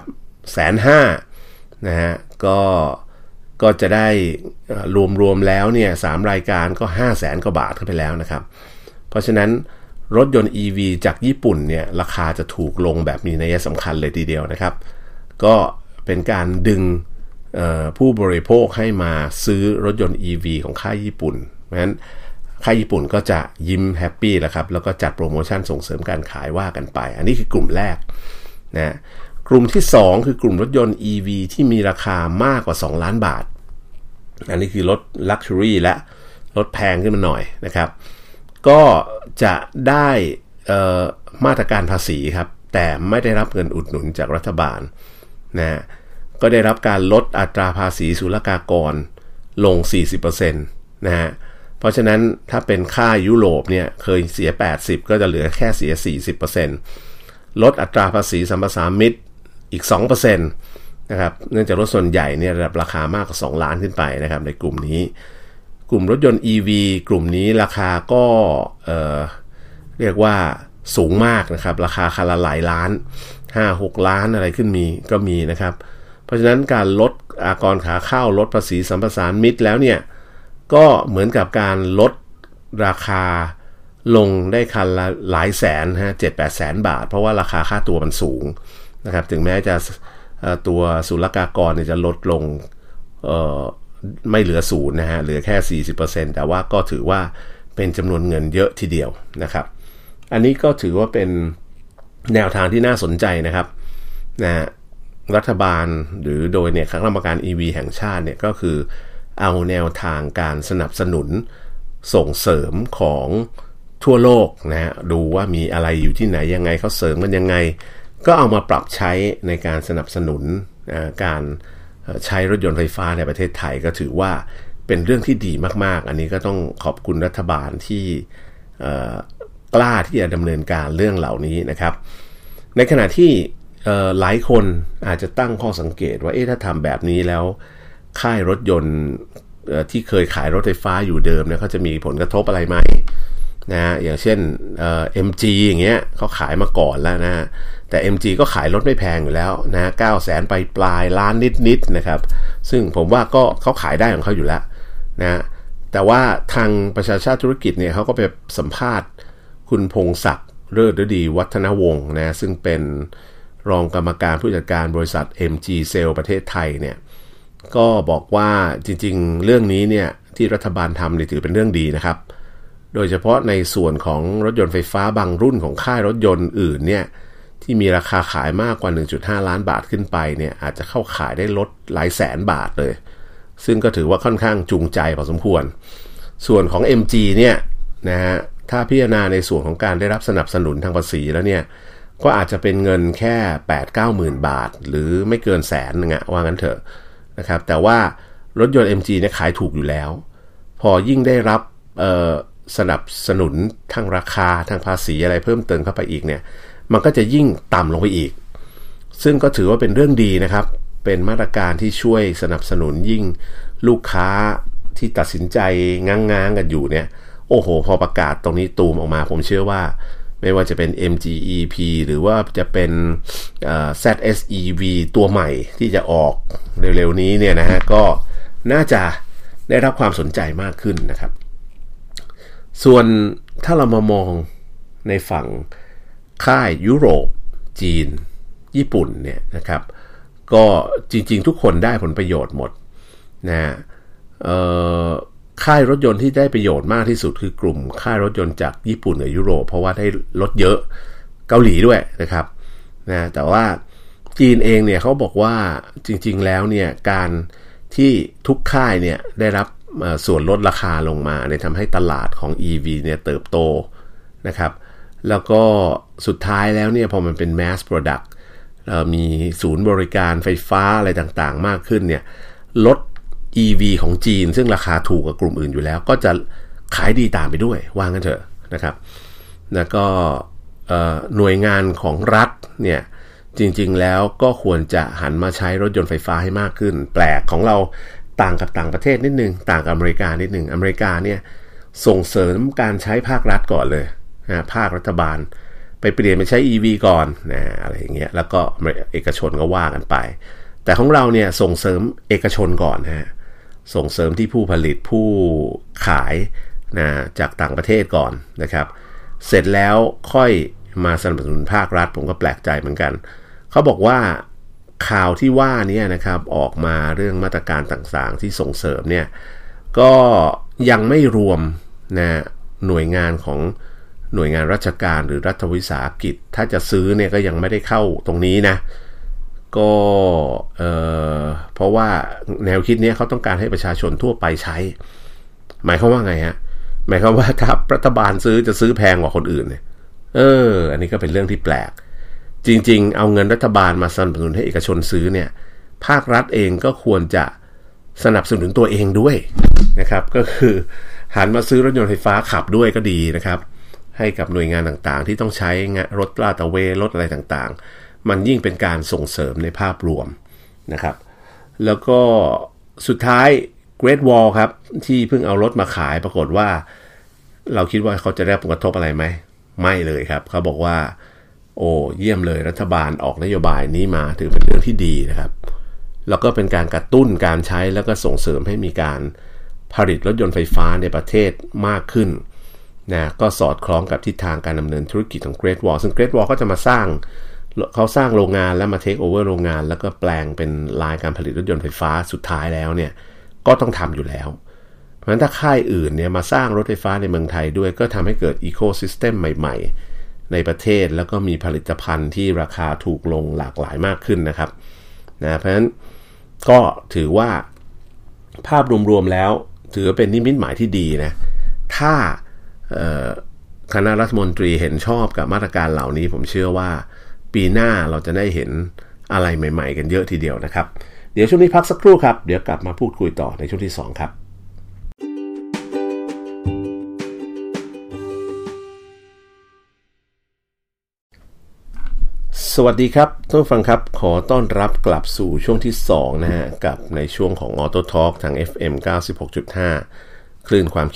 150,000 นะฮะก็จะได้รวมแล้วเนี่ย3รายการก็ 500,000 กว่าบาทเข้าไปแล้วนะครับเพราะฉะนั้นรถยนต์ EV จากญี่ปุ่นเนี่ยราคาจะถูกลงแบบมีนัยสำคัญเลยทีเดียวนะครับก็เป็นการดึงผู้บริโภคให้มาซื้อรถยนต์ EV ของค่ายญี่ปุ่นเพราะฉะนั้นค่ายญี่ปุ่นก็จะยิ้มแฮปปี้แล้วครับแล้วก็จัดโปรโมชั่นส่งเสริมการขายว่ากันไปอันนี้คือกลุ่มแรกนะกลุ่มที่2คือกลุ่มรถยนต์ EV ที่มีราคามากกว่า2ล้านบาทอันนี้คือรถ Luxury และรถแพงขึ้นมาหน่อยนะครับก็จะได้มาตรการภาษีครับแต่ไม่ได้รับเงินอุดหนุนจากรัฐบาลนะก็ได้รับการลดอัตราภาษีศุลกากรลง 40% นะฮะเพราะฉะนั้นถ้าเป็นค่ายุโรปเนี่ยเคยเสีย80ก็จะเหลือแค่เสีย 40% ลดอัตราภาษีสัมปทานมิตรอีก 2% นะครับเนื่องจากรถส่วนใหญ่เนี่ยระดับราคามากกว่า2ล้านขึ้นไปนะครับในกลุ่มนี้กลุ่มรถยนต์ EV กลุ่มนี้ราคาก็เรียกว่าสูงมากนะครับราคาคันละหลายล้าน 5-6 ล้านอะไรขึ้นก็มีนะครับเพราะฉะนั้นการลดอากรขาเข้าลดภาษีสัมปทานมิตรแล้วเนี่ยก็เหมือนกับการลดราคาลงได้คันละหลายแสน7-8 แสนบาทเพราะว่าราคาค่าตัวมันสูงนะครับถึงแม้จะตัวศุลกากรเนี่ยจะลดลงไม่เหลือ0นะฮะเหลือแค่ 40% แต่ว่าก็ถือว่าเป็นจำนวนเงินเยอะทีเดียวนะครับอันนี้ก็ถือว่าเป็นแนวทางที่น่าสนใจนะครับนะรัฐบาลหรือโดยเนี่ยคณะกรรมการ EV แห่งชาติเนี่ยก็คือเอาแนวทางการสนับสนุนส่งเสริมของทั่วโลกนะฮะดูว่ามีอะไรอยู่ที่ไหนยังไงเขาเสริมกันยังไงก็เอามาปรับใช้ในการสนับสนุนการใช้รถยนต์ไฟฟ้าในประเทศไทยก็ถือว่าเป็นเรื่องที่ดีมากๆอันนี้ก็ต้องขอบคุณรัฐบาลที่กล้าที่จะดำเนินการเรื่องเหล่านี้นะครับในขณะที่หลายคนอาจจะตั้งข้อสังเกตว่าถ้าทำแบบนี้แล้วค่ายรถยนต์ที่เคยขายรถไฟฟ้าอยู่เดิมเนี่ยเขาจะมีผลกระทบอะไรไหมนะอย่างเช่นMG อย่างเงี้ยเขาขายมาก่อนแล้วนะแต่ MG ก็ขายรถไม่แพงอยู่แล้วนะ900,000ปลายล้านนิดๆนะครับซึ่งผมว่าก็เขาขายได้ของเขาอยู่แล้วนะแต่ว่าทางประชาชาติธุรกิจเนี่ยเขาก็ไปสัมภาษณ์คุณพงศักดิ์เลิศฤดีวัฒนวงศ์นะซึ่งเป็นรองกรรมการผู้จัดการบริษัท MG Cell ประเทศไทยเนี่ยก็บอกว่าจริงๆเรื่องนี้เนี่ยที่รัฐบาลทำเนี่ยถือเป็นเรื่องดีนะครับโดยเฉพาะในส่วนของรถยนต์ไฟฟ้าบางรุ่นของค่ายรถยนต์อื่นเนี่ยที่มีราคาขายมากกว่า 1.5 ล้านบาทขึ้นไปเนี่ยอาจจะเข้าขายได้ลดหลายแสนบาทเลยซึ่งก็ถือว่าค่อนข้างจูงใจพอสมควรส่วนของ MG เนี่ยนะฮะถ้าพิจารณาในส่วนของการได้รับสนับสนุนทางภาษีแล้วเนี่ยก็อาจจะเป็นเงินแค่ 8-9 หมื่นบาทหรือไม่เกินแสนนึงว่างั้นเถอะนะครับแต่ว่ารถยนต์ MG เนี่ยขายถูกอยู่แล้วพอยิ่งได้รับสนับสนุนทางราคาทางภาษีอะไรเพิ่มเติมเข้าไปอีกเนี่ยมันก็จะยิ่งต่ำลงไปอีกซึ่งก็ถือว่าเป็นเรื่องดีนะครับเป็นมาตรการที่ช่วยสนับสนุนยิ่งลูกค้าที่ตัดสินใจง้างๆกันอยู่เนี่ยโอ้โหพอประกาศตรงนี้ตูมออกมาผมเชื่อว่าไม่ว่าจะเป็น MG-EP หรือว่าจะเป็นZS-EV ตัวใหม่ที่จะออกเร็วๆนี้เนี่ยนะฮะก็น่าจะได้รับความสนใจมากขึ้นนะครับส่วนถ้าเรามามองในฝั่งค่ายยุโรปจีนญี่ปุ่นเนี่ยนะครับก็จริงๆทุกคนได้ผลประโยชน์หมดนะค่ายรถยนต์ที่ได้ประโยชน์มากที่สุดคือกลุ่มค่ายรถยนต์จากญี่ปุ่นกับยุโรปเพราะว่าได้ลดเยอะเกาหลีด้วยนะครับนะแต่ว่าจีนเองเนี่ยเขาบอกว่าจริงๆแล้วเนี่ยการที่ทุกค่ายเนี่ยได้รับส่วนลดราคาลงมาเนี่ยทำให้ตลาดของ EV เนี่ยเติบโตนะครับแล้วก็สุดท้ายแล้วเนี่ยพอมันเป็น mass product มีศูนย์บริการไฟฟ้าอะไรต่างๆมากขึ้นเนี่ยรถ EV ของจีนซึ่งราคาถูกกว่ากลุ่มอื่นอยู่แล้วก็จะขายดีตามไปด้วยว่างั้นเถอะนะครับแล้วก็หน่วยงานของรัฐเนี่ยจริงๆแล้วก็ควรจะหันมาใช้รถยนต์ไฟฟ้าให้มากขึ้นแปลกของเราต่างกับต่างประเทศนิดนึงต่างกับอเมริกานิดนึงอเมริกาเนี่ยส่งเสริมการใช้ภาครัฐก่อนเลยนะภาครัฐบาลไปเปลี่ยนไปใช้ EV ก่อนนะอะไรอย่างเงี้ยแล้วก็เอกชนก็ว่ากันไปแต่ของเราเนี่ยส่งเสริมเอกชนก่อนฮะส่งเสริมที่ผู้ผลิตผู้ขายนะจากต่างประเทศก่อนนะครับเสร็จแล้วค่อยมาสนับสนุนภาครัฐผมก็แปลกใจเหมือนกันเขาบอกว่าข่าวที่ว่านี้นะครับออกมาเรื่องมาตรการต่างๆที่ส่งเสริมเนี่ยก็ยังไม่รวมนะหน่วยงานของหน่วยงานราชการหรือรัฐวิสาหกิจถ้าจะซื้อเนี่ยก็ยังไม่ได้เข้าตรงนี้นะก็เพราะว่าแนวคิดนี้เขาต้องการให้ประชาชนทั่วไปใช้หมายความว่าไงฮะหมายความว่าถ้ารัฐบาลซื้อจะซื้อแพงกว่าคนอื่นเนี่ยอันนี้ก็เป็นเรื่องที่แปลกจริงๆเอาเงินรัฐบาลมาสนับสนุนให้เอกชนซื้อเนี่ยภาครัฐเองก็ควรจะสนับสนุนตัวเองด้วยนะครับก็คือหันมาซื้อรถยนต์ไฟฟ้าขับด้วยก็ดีนะครับให้กับหน่วยงานต่างๆที่ต้องใช้รถลาดตระเวนรถอะไรต่างๆมันยิ่งเป็นการส่งเสริมในภาพรวมนะครับแล้วก็สุดท้าย Great Wall ครับที่เพิ่งเอารถมาขายปรากฏว่าเราคิดว่าเขาจะได้ผลกระทบอะไรไหมไม่เลยครับเขาบอกว่าโอ้เยี่ยมเลยรัฐบาลออกนโยบายนี้มาถือเป็นเรื่องที่ดีนะครับแล้วก็เป็นการกระตุ้นการใช้แล้วก็ส่งเสริมให้มีการผลิตรถยนต์ไฟฟ้าในประเทศมากขึ้นนะก็สอดคล้องกับทิศทางการดำเนินธุรกิจของ Great Wall ซึ่ง Great Wall ก็จะมาสร้างโรงงานแล้วมา take over โรงงานแล้วก็แปลงเป็นลายการผลิตรถยนต์ไฟฟ้าสุดท้ายแล้วเนี่ยก็ต้องทำอยู่แล้วเพราะฉะนั้นถ้าค่ายอื่นเนี่ยมาสร้างรถไฟฟ้าในเมืองไทยด้วยก็ทำให้เกิด ecosystem ใหม่ๆในประเทศแล้วก็มีผลิตภัณฑ์ที่ราคาถูกลงหลากหลายมากขึ้นนะครับนะเพราะฉะนั้นก็ถือว่าภาพรวมๆแล้วถือเป็นนิมิตหมายที่ดีนะถ้าคณะรัฐมนตรีเห็นชอบกับมาตรการเหล่านี้ผมเชื่อว่าปีหน้าเราจะได้เห็นอะไรใหม่ๆกันเยอะทีเดียวนะครับเดี๋ยวช่วงนี้พักสักครู่ครับเดี๋ยวกลับมาพูดคุยต่อในช่วงที่2ครับสวัสดีครับท่านผู้ฟังครับขอต้อนรับกลับสู่ช่วงที่2นะฮะกับในช่วงของ Auto Talk ทาง FM 96.5 คลื่นความคิดครับ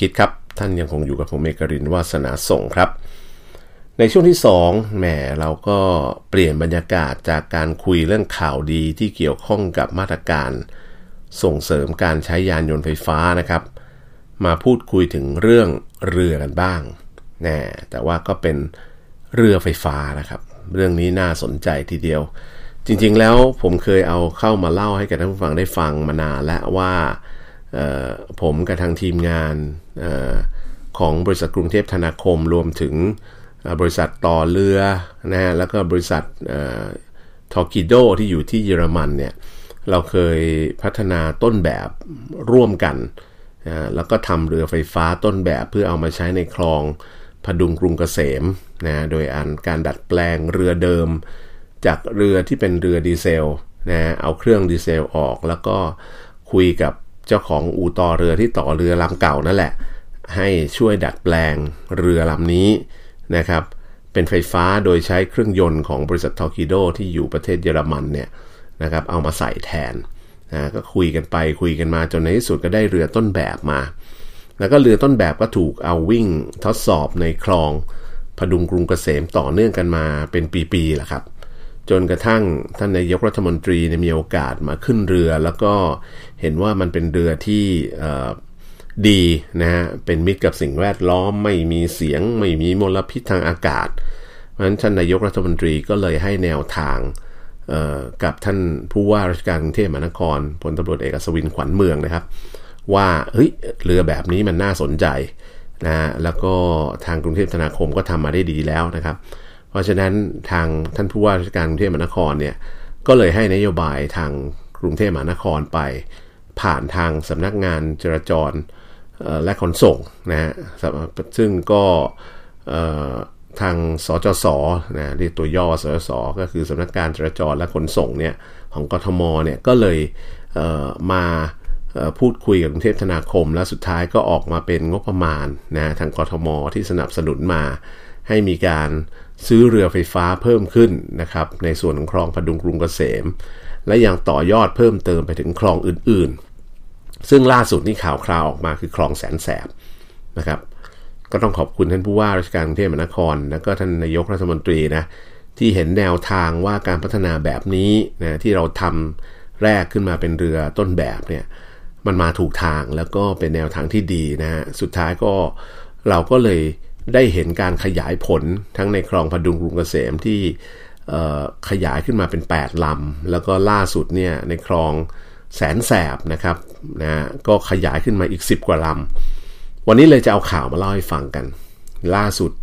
ท่านยังคงอยู่กับผมเอกรินทร์วาสนาส่งครับในช่วงที่2แหมเราก็เปลี่ยนบรรยากาศจากการคุยเรื่องข่าวดีที่เกี่ยวข้องกับมาตรการส่งเสริมการใช้ยานยนต์ไฟฟ้านะครับมาพูดคุยถึงเรื่องเรือกันบ้างแต่ว่าก็เป็นเรือไฟฟ้านะครับเรื่องนี้น่าสนใจทีเดียวจริงๆแล้วผมเคยเอาเข้ามาเล่าให้กับท่านผู้ฟังได้ฟังมานานแล้วว่าผมกับทางทีมงานของบริษัทกรุงเทพธนาคมรวมถึงบริษัทต่อเรือนะแล้วก็บริษัททอร์กิโดที่อยู่ที่เยอรมันเนี่ยเราเคยพัฒนาต้นแบบร่วมกันแล้วก็ทำเรือไฟฟ้าต้นแบบเพื่อเอามาใช้ในคลองพดุงกรุงเกษมนะโดยการดัดแปลงเรือเดิมจากเรือที่เป็นเรือดีเซลนะเอาเครื่องดีเซลออกแล้วก็คุยกับเจ้าของอู่ต่อเรือที่ต่อเรือลำเก่านั่นแหละให้ช่วยดัดแปลงเรือลำนี้นะครับเป็นไฟฟ้าโดยใช้เครื่องยนต์ของบริษัททอร์กิโดที่อยู่ประเทศเยอรมันเนี่ยนะครับเอามาใส่แทนก็คุยกันไปคุยกันมาจนในที่สุดก็ได้เรือต้นแบบมาแล้วก็เรือต้นแบบก็ถูกเอาวิ่งทดสอบในคลองพดุงกรุงเกษมต่อเนื่องกันมาเป็นปีๆแหละครับจนกระทั่งท่านนายกรัฐมนตรีมีโอกาสมาขึ้นเรือแล้วก็เห็นว่ามันเป็นเรือที่ดีนะฮะเป็นมิตรกับสิ่งแวดล้อมไม่มีเสียงไม่มีมลพิษทางอากาศเพราะฉะนั้นท่านนายกรัฐมนตรีก็เลยให้แนวทางกับท่านผู้ว่าราชการกรุงเทพมหานครพลตำรวจเอกอัศวินขวัญเมืองนะครับว่าเรือแบบนี้มันน่าสนใจนะแล้วก็ทางกรุงเทพธนาคมก็ทำมาได้ดีแล้วนะครับเพราะฉะนั้นทางท่านผู้ว่าราชการกรุงเทพมหานครเนี่ยก็เลยให้นโยบายทางกรุงเทพมหานครไปผ่านทางสำนักงานจราจรและขนส่งนะฮะซึ่งก็ทางสจส.นะเรียกตัวย่อสจส.ก็คือสำนักงานจราจรและขนส่งเนี่ยของกทมเนี่ยก็เลยมาพูดคุยกับกรุงเทพธนาคมและสุดท้ายก็ออกมาเป็นงบประมาณนะทางกทมที่สนับสนุนมาให้มีการซื้อเรือไฟฟ้าเพิ่มขึ้นนะครับในส่วนของคลองพดุงกรุงเกษมและยังต่อยอดเพิ่มเติมไปถึงคลองอื่นๆซึ่งล่าสุดนี่ข่าวคราวออกมาคือคลองแสนแสบนะครับก็ต้องขอบคุณท่านผู้ว่าราชการกรุงเทพมหานครและก็ท่านนายกรัฐมนตรีนะที่เห็นแนวทางว่าการพัฒนาแบบนี้นะที่เราทำแรกขึ้นมาเป็นเรือต้นแบบเนี่ยมันมาถูกทางแล้วก็เป็นแนวทางที่ดีนะฮะสุดท้ายก็เราก็เลยได้เห็นการขยายผลทั้งในคลองพดุงกรุงเกษมที่ขยายขึ้นมาเป็น8ลำแล้วก็ล่าสุดเนี่ยในคลองแสนแสบนะครับนะก็ขยายขึ้นมาอีก10กว่าลำวันนี้เลยจะเอาข่าวมาเล่าให้ฟังกันล่าสุด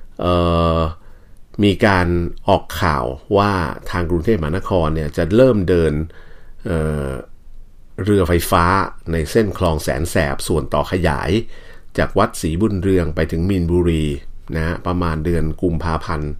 มีการออกข่าวว่าทางกรุงเทพมหานครเนี่ยจะเริ่มเดินเรือไฟฟ้าในเส้นคลองแสนแสบส่วนต่อขยายจากวัดศรีบุญเรืองไปถึงมีนบุรีนะประมาณเดือนกุมภาพันธ์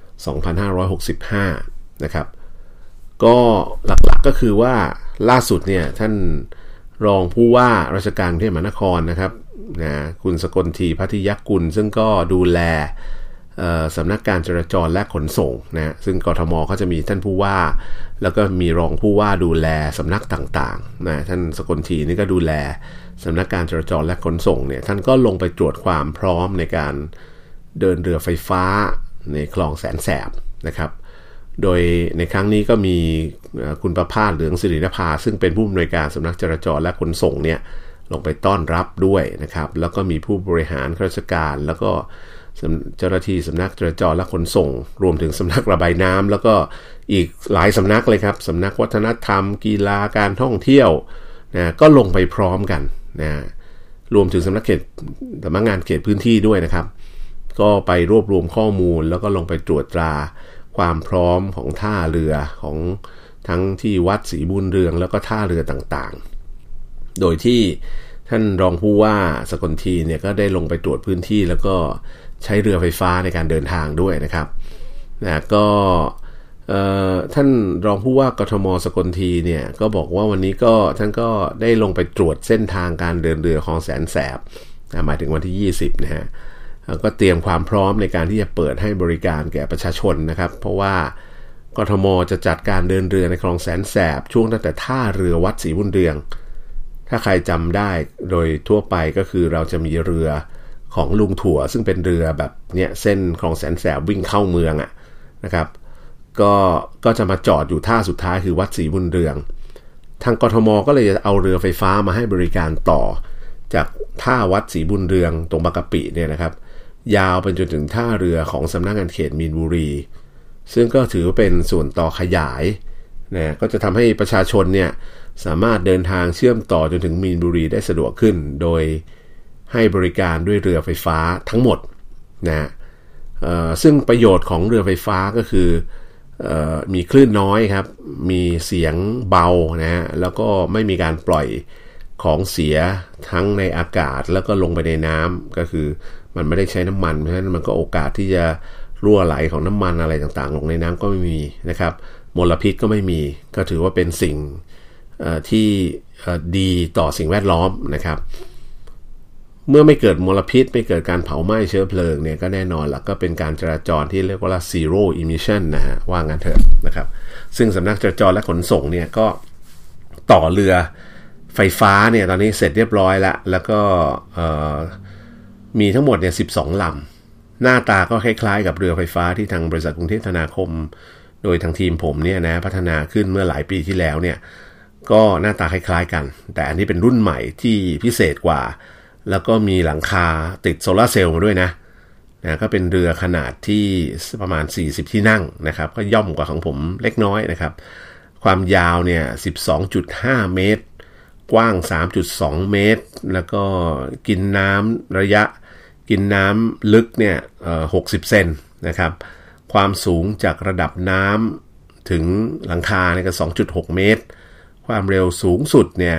2565นะครับก็หลักๆก็คือว่าล่าสุดเนี่ยท่านรองผู้ว่าราชการกรุงเทพมหานครนะครับนะคุณสกลทีพัทยกุลซึ่งก็ดูแลสำนักการจราจรและขนส่งนะซึ่งกทมเขาจะมีท่านผู้ว่าแล้วก็มีรองผู้ว่าดูแลสำนักต่างๆนะท่านสกลทีนี่ก็ดูแลสำนักการจราจรและขนส่งเนี่ยท่านก็ลงไปตรวจความพร้อมในการเดินเรือไฟฟ้าในคลองแสนแสบนะครับโดยในครั้งนี้ก็มีคุณประภาสเหลืองศิรินภาซึ่งเป็นผู้อำนวยการสำนักจราจรและขนส่งเนี่ยลงไปต้อนรับด้วยนะครับแล้วก็มีผู้บริหารข้าราชการแล้วก็เจ้าหน้าที่สำนักจราจรและขนส่งรวมถึงสำนักระบายน้ำแล้วก็อีกหลายสำนักเลยครับสำนักวัฒนธรรมกีฬาการท่องเที่ยวนะก็ลงไปพร้อมกันนะรวมถึงสำนักงานเขตพื้นที่ด้วยนะครับก็ไปรวบรวมข้อมูลแล้วก็ลงไปตรวจตราความพร้อมของท่าเรือของทั้งที่วัดศรีบุญเรืองแล้วก็ท่าเรือต่างๆโดยที่ท่านรองผู้ว่าสกลทีเนี่ยก็ได้ลงไปตรวจพื้นที่แล้วก็ใช้เรือไฟฟ้าในการเดินทางด้วยนะครับนะก็ท่านรองผู้ว่ากทมสกลทีเนี่ยก็บอกว่าวันนี้ก็ท่านก็ได้ลงไปตรวจเส้นทางการเดินเรือคลองแสนแสบหมายถึงวันที่20นะฮะก็เตรียมความพร้อมในการที่จะเปิดให้บริการแก่ประชาชนนะครับเพราะว่ากทมจะจัดการเดินเรือในคลองแสนแสบช่วงตั้งแต่ท่าเรือวัดศรีบุญเรืองถ้าใครจำได้โดยทั่วไปก็คือเราจะมีเรือของลุงถั่วซึ่งเป็นเรือแบบเนี่ยเส้นคลองแสนแสบวิ่งเข้าเมืองนะครับก็จะมาจอดอยู่ท่าสุดท้ายคือวัดศรีบุญเรืองทางกทมก็เลยเอาเรือไฟฟ้ามาให้บริการต่อจากท่าวัดศรีบุญเรืองตรงบางกะปิเนี่ยนะครับยาวไปจนถึงท่าเรือของสำนักงานเขตมีนบุรีซึ่งก็ถือว่าเป็นส่วนต่อขยายนะก็จะทำให้ประชาชนเนี่ยสามารถเดินทางเชื่อมต่อจนถึงมีนบุรีได้สะดวกขึ้นโดยให้บริการด้วยเรือไฟฟ้าทั้งหมดนะซึ่งประโยชน์ของเรือไฟฟ้าก็คือมีคลื่นน้อยครับมีเสียงเบานะแล้วก็ไม่มีการปล่อยของเสียทั้งในอากาศแล้วก็ลงไปในน้ำก็คือมันไม่ได้ใช้น้ำมันเพราะฉะนั้นมันก็โอกาสที่จะรั่วไหลของน้ำมันอะไรต่างๆลงในน้ำก็ไม่มีนะครับมลพิษก็ไม่มีก็ถือว่าเป็นสิ่งที่ดีต่อสิ่งแวดล้อมนะครับเมื่อไม่เกิดมลพิษไม่เกิดการเผาไหม้เชื้อเพลิงเนี่ยก็แน่นอนละก็เป็นการจราจรที่เรียกว่า zero emission นะฮะว่างั้นเถอะนะครับซึ่งสำนักจราจรและขนส่งเนี่ยก็ต่อเรือไฟฟ้าเนี่ยตอนนี้เสร็จเรียบร้อยแล้วก็มีทั้งหมดเนี่ย12 ลำหน้าตาก็คล้ายๆกับเรือไฟฟ้าที่ทางบริษัทกรุงเทพธนาคมโดยทางทีมผมเนี่ยนะพัฒนาขึ้นเมื่อหลายปีที่แล้วเนี่ยก็หน้าตาคล้ายๆกันแต่อันนี้เป็นรุ่นใหม่ที่พิเศษกว่าแล้วก็มีหลังคาติดโซลาร์เซลล์มาด้วยนะก็เป็นเรือขนาดที่ประมาณ40ที่นั่งนะครับก็ย่อมกว่าของผมเล็กน้อยนะครับความยาวเนี่ย 12.5 เมตรกว้าง 3.2 เมตรแล้วก็กินน้ำระยะกินน้ำลึกเนี่ย60 เซนนะครับความสูงจากระดับน้ำถึงหลังคาเนี่ยก็ 2.6 เมตรความเร็วสูงสุดเนี่ย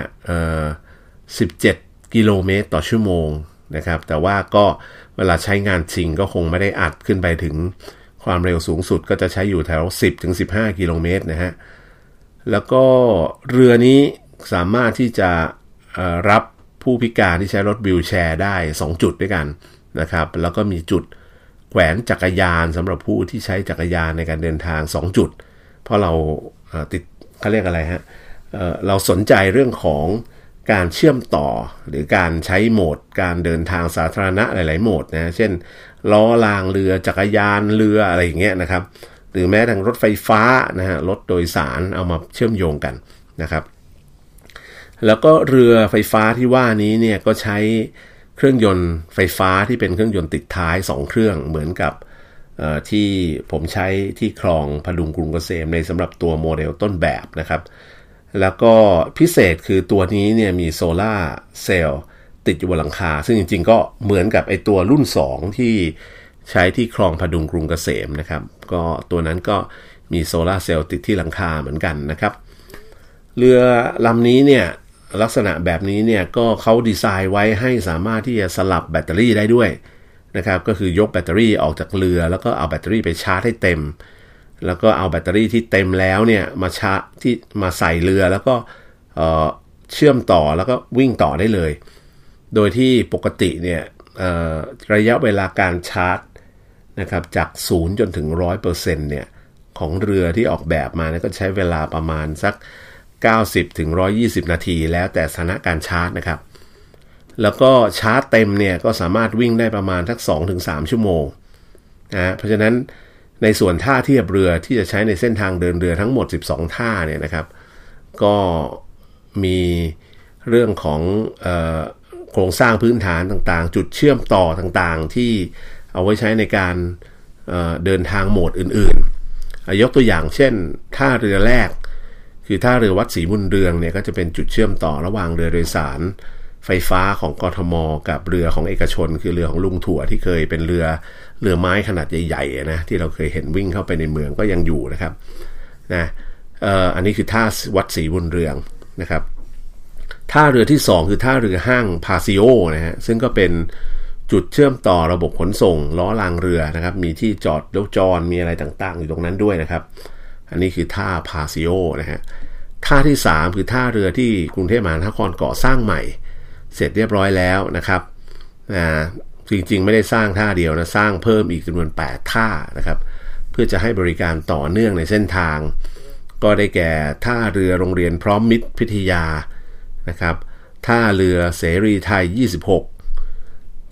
17 กิโลเมตรต่อชั่วโมงนะครับแต่ว่าก็เวลาใช้งานจริงก็คงไม่ได้อัดขึ้นไปถึงความเร็วสูงสุดก็จะใช้อยู่แถว 10-15 กิโลเมตรนะฮะแล้วก็เรือนี้สามารถที่จะรับผู้พิการที่ใช้รถวีลแชร์ได้2จุดด้วยกันนะครับแล้วก็มีจุดแขวนจักรยานสำหรับผู้ที่ใช้จักรยานในการเดินทาง2จุดเพราะเราติดเขาเรียกอะไรฮะเราสนใจเรื่องของการเชื่อมต่อหรือการใช้โหมดการเดินทางสาธารณะหลายๆโหมดนะเช่นล้อรางเรือจักรยานเรืออะไรอย่างเงี้ยนะครับหรือแม้แต่รถไฟฟ้านะฮะรถโดยสารเอามาเชื่อมโยงกันนะครับแล้วก็เรือไฟฟ้าที่ว่านี้เนี่ยก็ใช้เครื่องยนต์ไฟฟ้าที่เป็นเครื่องยนต์ติดท้าย2เครื่องเหมือนกับที่ผมใช้ที่คลองพดุงกรุงเกษมในสำหรับตัวโมเดลต้นแบบนะครับแล้วก็พิเศษคือตัวนี้เนี่ยมีโซล่าเซลล์ติดอยู่บนหลังคาซึ่งจริงๆก็เหมือนกับไอตัวรุ่น2ที่ใช้ที่คลองพดุงกรุงเกษมนะครับก็ตัวนั้นก็มีโซล่าเซลล์ติดที่หลังคาเหมือนกันนะครับเรือลำนี้เนี่ยลักษณะแบบนี้เนี่ยก็เขาดีไซน์ไว้ให้สามารถที่จะสลับแบตเตอรี่ได้ด้วยนะครับก็คือยกแบตเตอรี่ออกจากเรือแล้วก็เอาแบตเตอรี่ไปชาร์จให้เต็มแล้วก็เอาแบตเตอรี่ที่เต็มแล้วเนี่ยมาใส่เรือแล้วก็เชื่อมต่อแล้วก็วิ่งต่อได้เลยโดยที่ปกติเนี่ยระยะเวลาการชาร์จนะครับจาก0จนถึง 100% เนี่ยของเรือที่ออกแบบมาเนี่ยก็ใช้เวลาประมาณสัก90 ถึง 120 นาทีแล้วแต่สถานะการชาร์จนะครับแล้วก็ชาร์จเต็มเนี่ยก็สามารถวิ่งได้ประมาณสัก 2-3 ชั่วโมงนะเพราะฉะนั้นในส่วนท่าเทียบเรือที่จะใช้ในเส้นทางเดินเรือทั้งหมด12ท่าเนี่ยนะครับก็มีเรื่องของโครงสร้างพื้นฐานต่างๆจุดเชื่อมต่อต่างๆที่เอาไว้ใช้ในการเดินทางโหมดอื่นๆยกตัวอย่างเช่นท่าเรือแรกคือท่าเรือวัดศรีบุญเรืองเนี่ยก็จะเป็นจุดเชื่อมต่อระหว่างเรือโดยสารไฟฟ้าของกทม.กับเรือของเอกชนคือเรือของลุงถั่วที่เคยเป็นเรือไม้ขนาดใหญ่ๆนะที่เราเคยเห็นวิ่งเข้าไปในเมืองก็ยังอยู่นะครับนะอันนี้คือท่าวัดศรีบุญเรืองนะครับท่าเรือที่2คือท่าเรือห้างพาซิโอนะฮะซึ่งก็เป็นจุดเชื่อมต่อระบบขนส่งล้อรางเรือนะครับมีที่จอดรถจอดมีอะไรต่างๆอยู่ตรงนั้นด้วยนะครับอันนี้คือท่าพาซิโอนะฮะท่าที่3คือท่าเรือที่กรุงเทพมหานครก่อสร้างใหม่เสร็จเรียบร้อยแล้วนะครับจริงๆไม่ได้สร้างท่าเดียวนะสร้างเพิ่มอีกจำนวน8ท่านะครับเพื่อจะให้บริการต่อเนื่องในเส้นทางก็ได้แก่ท่าเรือโรงเรียนพร้อมมิตรพิทยานะครับท่าเรือเสรีไทย26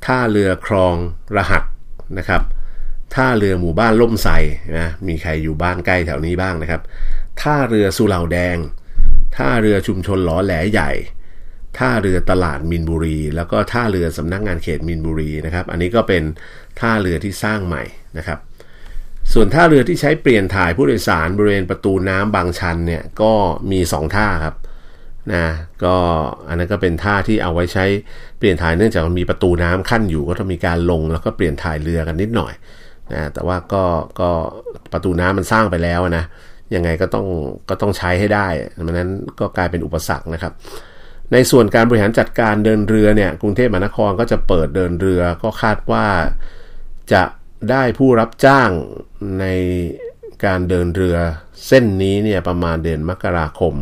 ท่าเรือคลองรหัสนะครับท่าเรือหมู่บ้านล่มไทรนะมีใครอยู่บ้านใกล้แถวนี้บ้างนะครับท่าเรือสุเหร่าแดงท่าเรือชุมชนหลอแหลใหญ่ท่าเรือตลาดมีนบุรีแล้วก็ท่าเรือสำนักงานเขตมีนบุรีนะครับอันนี้ก็เป็นท่าเรือที่สร้างใหม่นะครับส่วนท่าเรือที่ใช้เปลี่ยนถ่ายผู้โดยสารบริเวณประตูน้ำบางชันเนี่ยก็มี2ท่าครับนะก็อันนั้นก็เป็นท่าที่เอาไว้ใช้เปลี่ยนถ่ายเนื่องจากมันมีประตูน้ำขั้นอยู่ก็ต้องมีการลงแล้วก็เปลี่ยนถ่ายเรือกันนิดหน่อยนะแต่ว่าก็ประตูน้ำมันสร้างไปแล้วนะยังไงก็ต้องใช้ให้ได้ดังนั้นก็กลายเป็นอุปสรรคนะครับในส่วนการบริหารจัดการเดินเรือเนี่ยกรุงเทพมหานครก็จะเปิดเดินเรือก็คาดว่าจะได้ผู้รับจ้างในการเดินเรือเส้นนี้เนี่ยประมาณเดือนมกราคม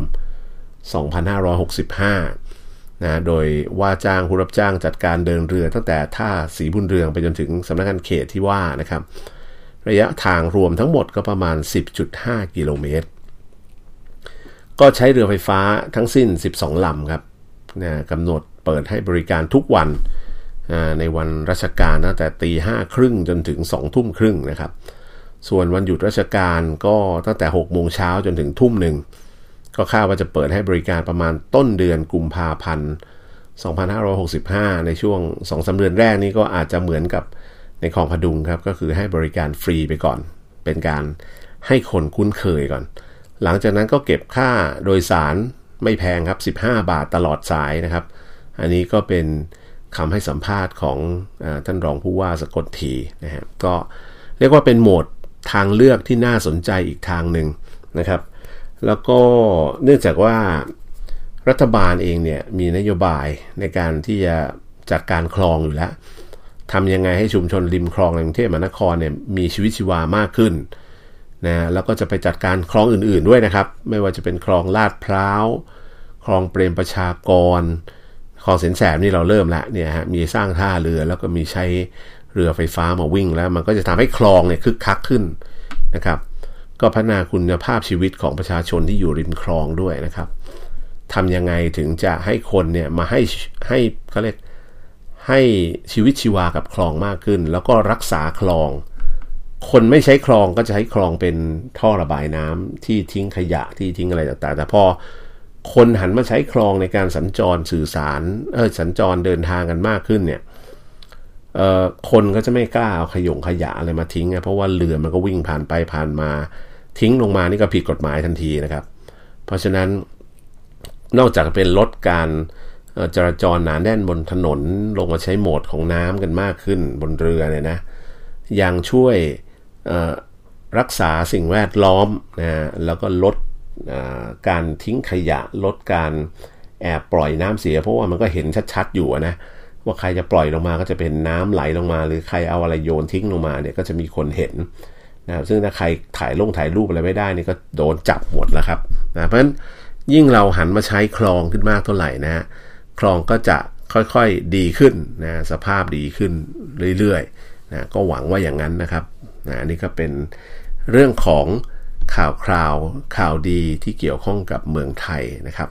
2565นะโดยว่าจ้างผู้รับจ้างจัดการเดินเรือตั้งแต่ท่าศรีบุญเรืองไปจนถึงสำนักงานเขตที่ว่านะครับระยะทางรวมทั้งหมดก็ประมาณ 10.5 กิโลเมตรก็ใช้เรือไฟฟ้าทั้งสิ้น12ลำครับนะกำหนดเปิดให้บริการทุกวันในวันราชการตั้งแต่ 5:30 นจนถึง 20:30 นนะครับส่วนวันหยุดราชการก็ตั้งแต่ 6 โมงเช้าจนถึง 1:00 นก็คาดว่าจะเปิดให้บริการประมาณต้นเดือนกุมภาพันธ์2565ในช่วง 2-3 เดือนแรกนี้ก็อาจจะเหมือนกับในคลองพดุงครับก็คือให้บริการฟรีไปก่อนเป็นการให้คนคุ้นเคยก่อนหลังจากนั้นก็เก็บค่าโดยสารไม่แพงครับ15 บาทตลอดสายนะครับอันนี้ก็เป็นคำให้สัมภาษณ์ของท่านรองผู้ว่าสกลทีนะครับก็เรียกว่าเป็นโหมดทางเลือกที่น่าสนใจอีกทางหนึ่งนะครับแล้วก็เนื่องจากว่ารัฐบาลเองเนี่ยมีนโยบายในการที่จะจัดการคลองอยู่แล้วทำยังไงให้ชุมชนริมคลองในกรุงเทพมหานครเนี่ยมีชีวิตชีวามากขึ้นนะแล้วก็จะไปจัดการคลองอื่นๆด้วยนะครับไม่ว่าจะเป็นคลองลาดพร้าวคลองเปรมประชากรคลองแสนแสบนี่เราเริ่มแล้วเนี่ยฮะมีสร้างท่าเรือแล้วก็มีใช้เรือไฟฟ้ามาวิ่งแล้วมันก็จะทำให้คลองเนี่ยคึกคักขึ้นนะครับก็พัฒนาคุณภาพชีวิตของประชาชนที่อยู่ริมคลองด้วยนะครับทำยังไงถึงจะให้คนเนี่ยมาให้เขาเรียกให้ชีวิตชีวากับคลองมากขึ้นแล้วก็รักษาคลองคนไม่ใช้คลองก็จะใช้คลองเป็นท่อระบายน้ำที่ทิ้งขยะที่ทิ้งอะไรต่างๆแต่พอคนหันมาใช้คลองในการสัญจรสื่อสารสัญจรเดินทางกันมากขึ้นเนี่ยคนก็จะไม่กล้าเอาขยะอะไรมาทิ้งเพราะว่าเรือมันก็วิ่งผ่านไปผ่านมาทิ้งลงมานี่ก็ผิดกฎหมายทันทีนะครับเพราะฉะนั้นนอกจากเป็นลดการจราจรหนาแน่นบนถนนลงมาใช้โหมดของน้ำกันมากขึ้นบนเรือเนี่ยนะยังช่วยรักษาสิ่งแวดล้อมนะแล้วก็ลดการทิ้งขยะลดการแอบปล่อยน้ำเสียเพราะว่ามันก็เห็นชัดๆอยู่นะว่าใครจะปล่อยลงมาก็จะเป็นน้ำไหลลงมาหรือใครเอาอะไรโยนทิ้งลงมาเนี่ยก็จะมีคนเห็นนะซึ่งถ้าใครถ่ายรูปอะไรไม่ได้นี่ก็โดนจับหมดแล้วครับนะเพราะฉะนั้นยิ่งเราหันมาใช้คลองขึ้นมากเท่าไหร่นะคลองก็จะค่อยๆดีขึ้นนะสภาพดีขึ้นเรื่อยๆนะก็หวังว่าอย่างนั้นนะครับนะนี่ก็เป็นเรื่องของข่าวดีที่เกี่ยวข้องกับเมืองไทยนะครับ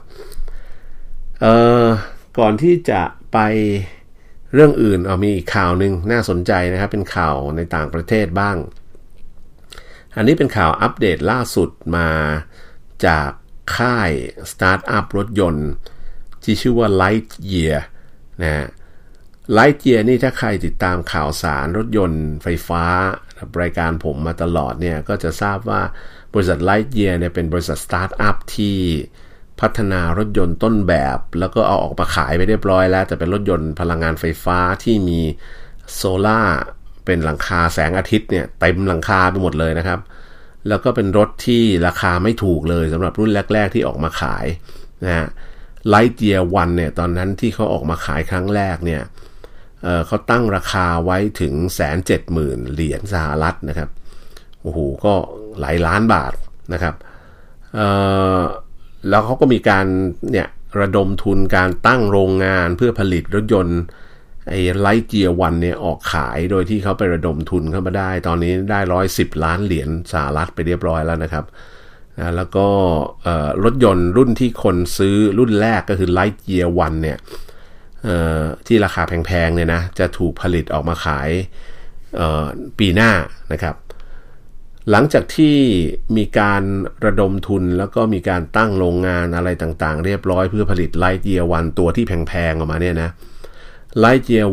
ก่อนที่จะไปเรื่องอื่นมีอีกข่าวหนึ่งน่าสนใจนะครับเป็นข่าวในต่างประเทศบ้างอันนี้เป็นข่าวอัปเดตล่าสุดมาจากค่ายสตาร์ทอัพรถยนต์ที่ชื่อว่า Lightyear นะ Lightyear นี่ถ้าใครติดตามข่าวสารรถยนต์ไฟฟ้ารายการผมมาตลอดเนี่ยก็จะทราบว่าบริษัท Lightyear เนี่ยเป็นบริษัทสตาร์ทอัพที่พัฒนารถยนต์ต้นแบบแล้วก็เอาออกมาขายไปเรียบร้อยแล้วแต่เป็นรถยนต์พลังงานไฟฟ้าที่มีโซล่าเป็นหลังคาแสงอาทิตย์เนี่ยเต็มหลังคาไปหมดเลยนะครับแล้วก็เป็นรถที่ราคาไม่ถูกเลยสำหรับรุ่นแรกๆที่ออกมาขายนะฮะ Lightyear 1เนี่ยตอนนั้นที่เขาออกมาขายครั้งแรกเนี่ยเขาตั้งราคาไว้ถึง 170,000 เหรียญสหรัฐนะครับโอ้โหก็หลายล้านบาทนะครับแล้วเขาก็มีการเนี่ยระดมทุนการตั้งโรงงานเพื่อผลิตรถยนต์ไอ้ Lightyear 1เนี่ยออกขายโดยที่เขาไประดมทุนเข้ามาได้ตอนนี้ได้110 ล้านเหรียญสหรัฐไปเรียบร้อยแล้วนะครับแล้วก็รถยนต์รุ่นที่คนซื้อรุ่นแรกก็คือ Lightyear 1เนี่ยที่ราคาแพงๆเนี่ยนะจะถูกผลิตออกมาขายปีหน้านะครับหลังจากที่มีการระดมทุนแล้วก็มีการตั้งโรงงานอะไรต่างๆเรียบร้อยเพื่อผลิต Lightyear 1ตัวที่แพงๆออกมาเนี่ยนะ Lightyear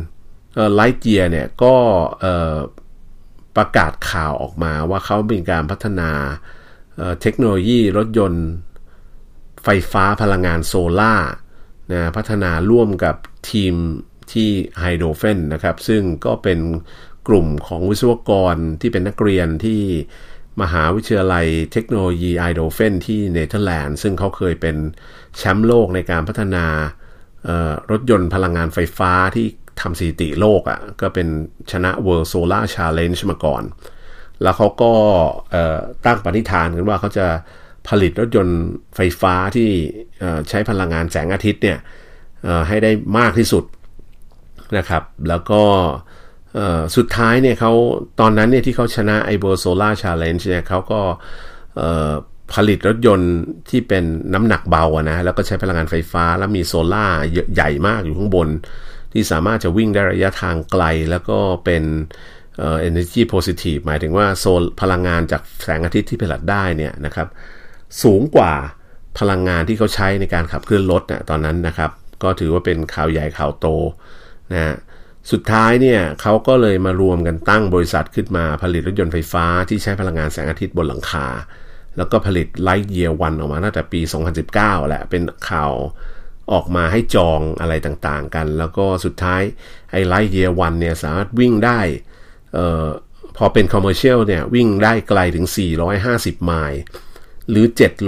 1 Lightyear เนี่ยก็ประกาศข่าวออกมาว่าเขาเป็นการพัฒนาเทคโนโลยีรถยนต์ไฟฟ้าพลังงานโซล่านะพัฒนาร่วมกับทีมที่ไฮโดรเฟนนะครับซึ่งก็เป็นกลุ่มของวิศวกรที่เป็นนักเรียนที่มหาวิทยาลัยเทคโนโลยีไฮโดรเฟนที่เนเธอร์แลนด์ซึ่งเขาเคยเป็นแชมป์โลกในการพัฒนารถยนต์พลังงานไฟฟ้าที่ทำสถิติโลกอ่ะก็เป็นชนะ World Solar Challenge มาก่อนแล้วเขาก็ตั้งปณิธานกันว่าเขาจะผลิตรถยนต์ไฟฟ้าที่ใช้พลังงานแสงอาทิตย์เนี่ยให้ได้มากที่สุดนะครับแล้วก็สุดท้ายเนี่ยเขาตอนนั้นเนี่ยที่เขาชนะไอ World Solar Challenge เนี่ยเขาก็ผลิตรถยนต์ที่เป็นน้ำหนักเบานะแล้วก็ใช้พลังงานไฟฟ้าแล้วมีโซล่าใหญ่มากอยู่ข้างบนที่สามารถจะวิ่งได้ระยะทางไกลแล้วก็เป็นenergy positive หมายถึงว่าพลังงานจากแสงอาทิตย์ที่ผลิตได้เนี่ยนะครับสูงกว่าพลังงานที่เขาใช้ในการขับเคลื่อนรถนะตอนนั้นนะครับก็ถือว่าเป็นข่าวใหญ่ข่าวโตนะสุดท้ายเนี่ยเขาก็เลยมารวมกันตั้งบริษัทขึ้นมาผลิตรถยนต์ไฟฟ้าที่ใช้พลังงานแสงอาทิตย์บนหลังคาแล้วก็ผลิต Lightyear 1ออกมาตั้งแต่ปี 2019 แหละเป็นข่าวออกมาให้จองอะไรต่างๆกันแล้วก็สุดท้ายไอ้ Lightyear 1เนี่ยสามารถวิ่งได้พอเป็นคอมเมอร์เชียลเนี่ยวิ่งได้ไกลถึง450ไมล์หรือ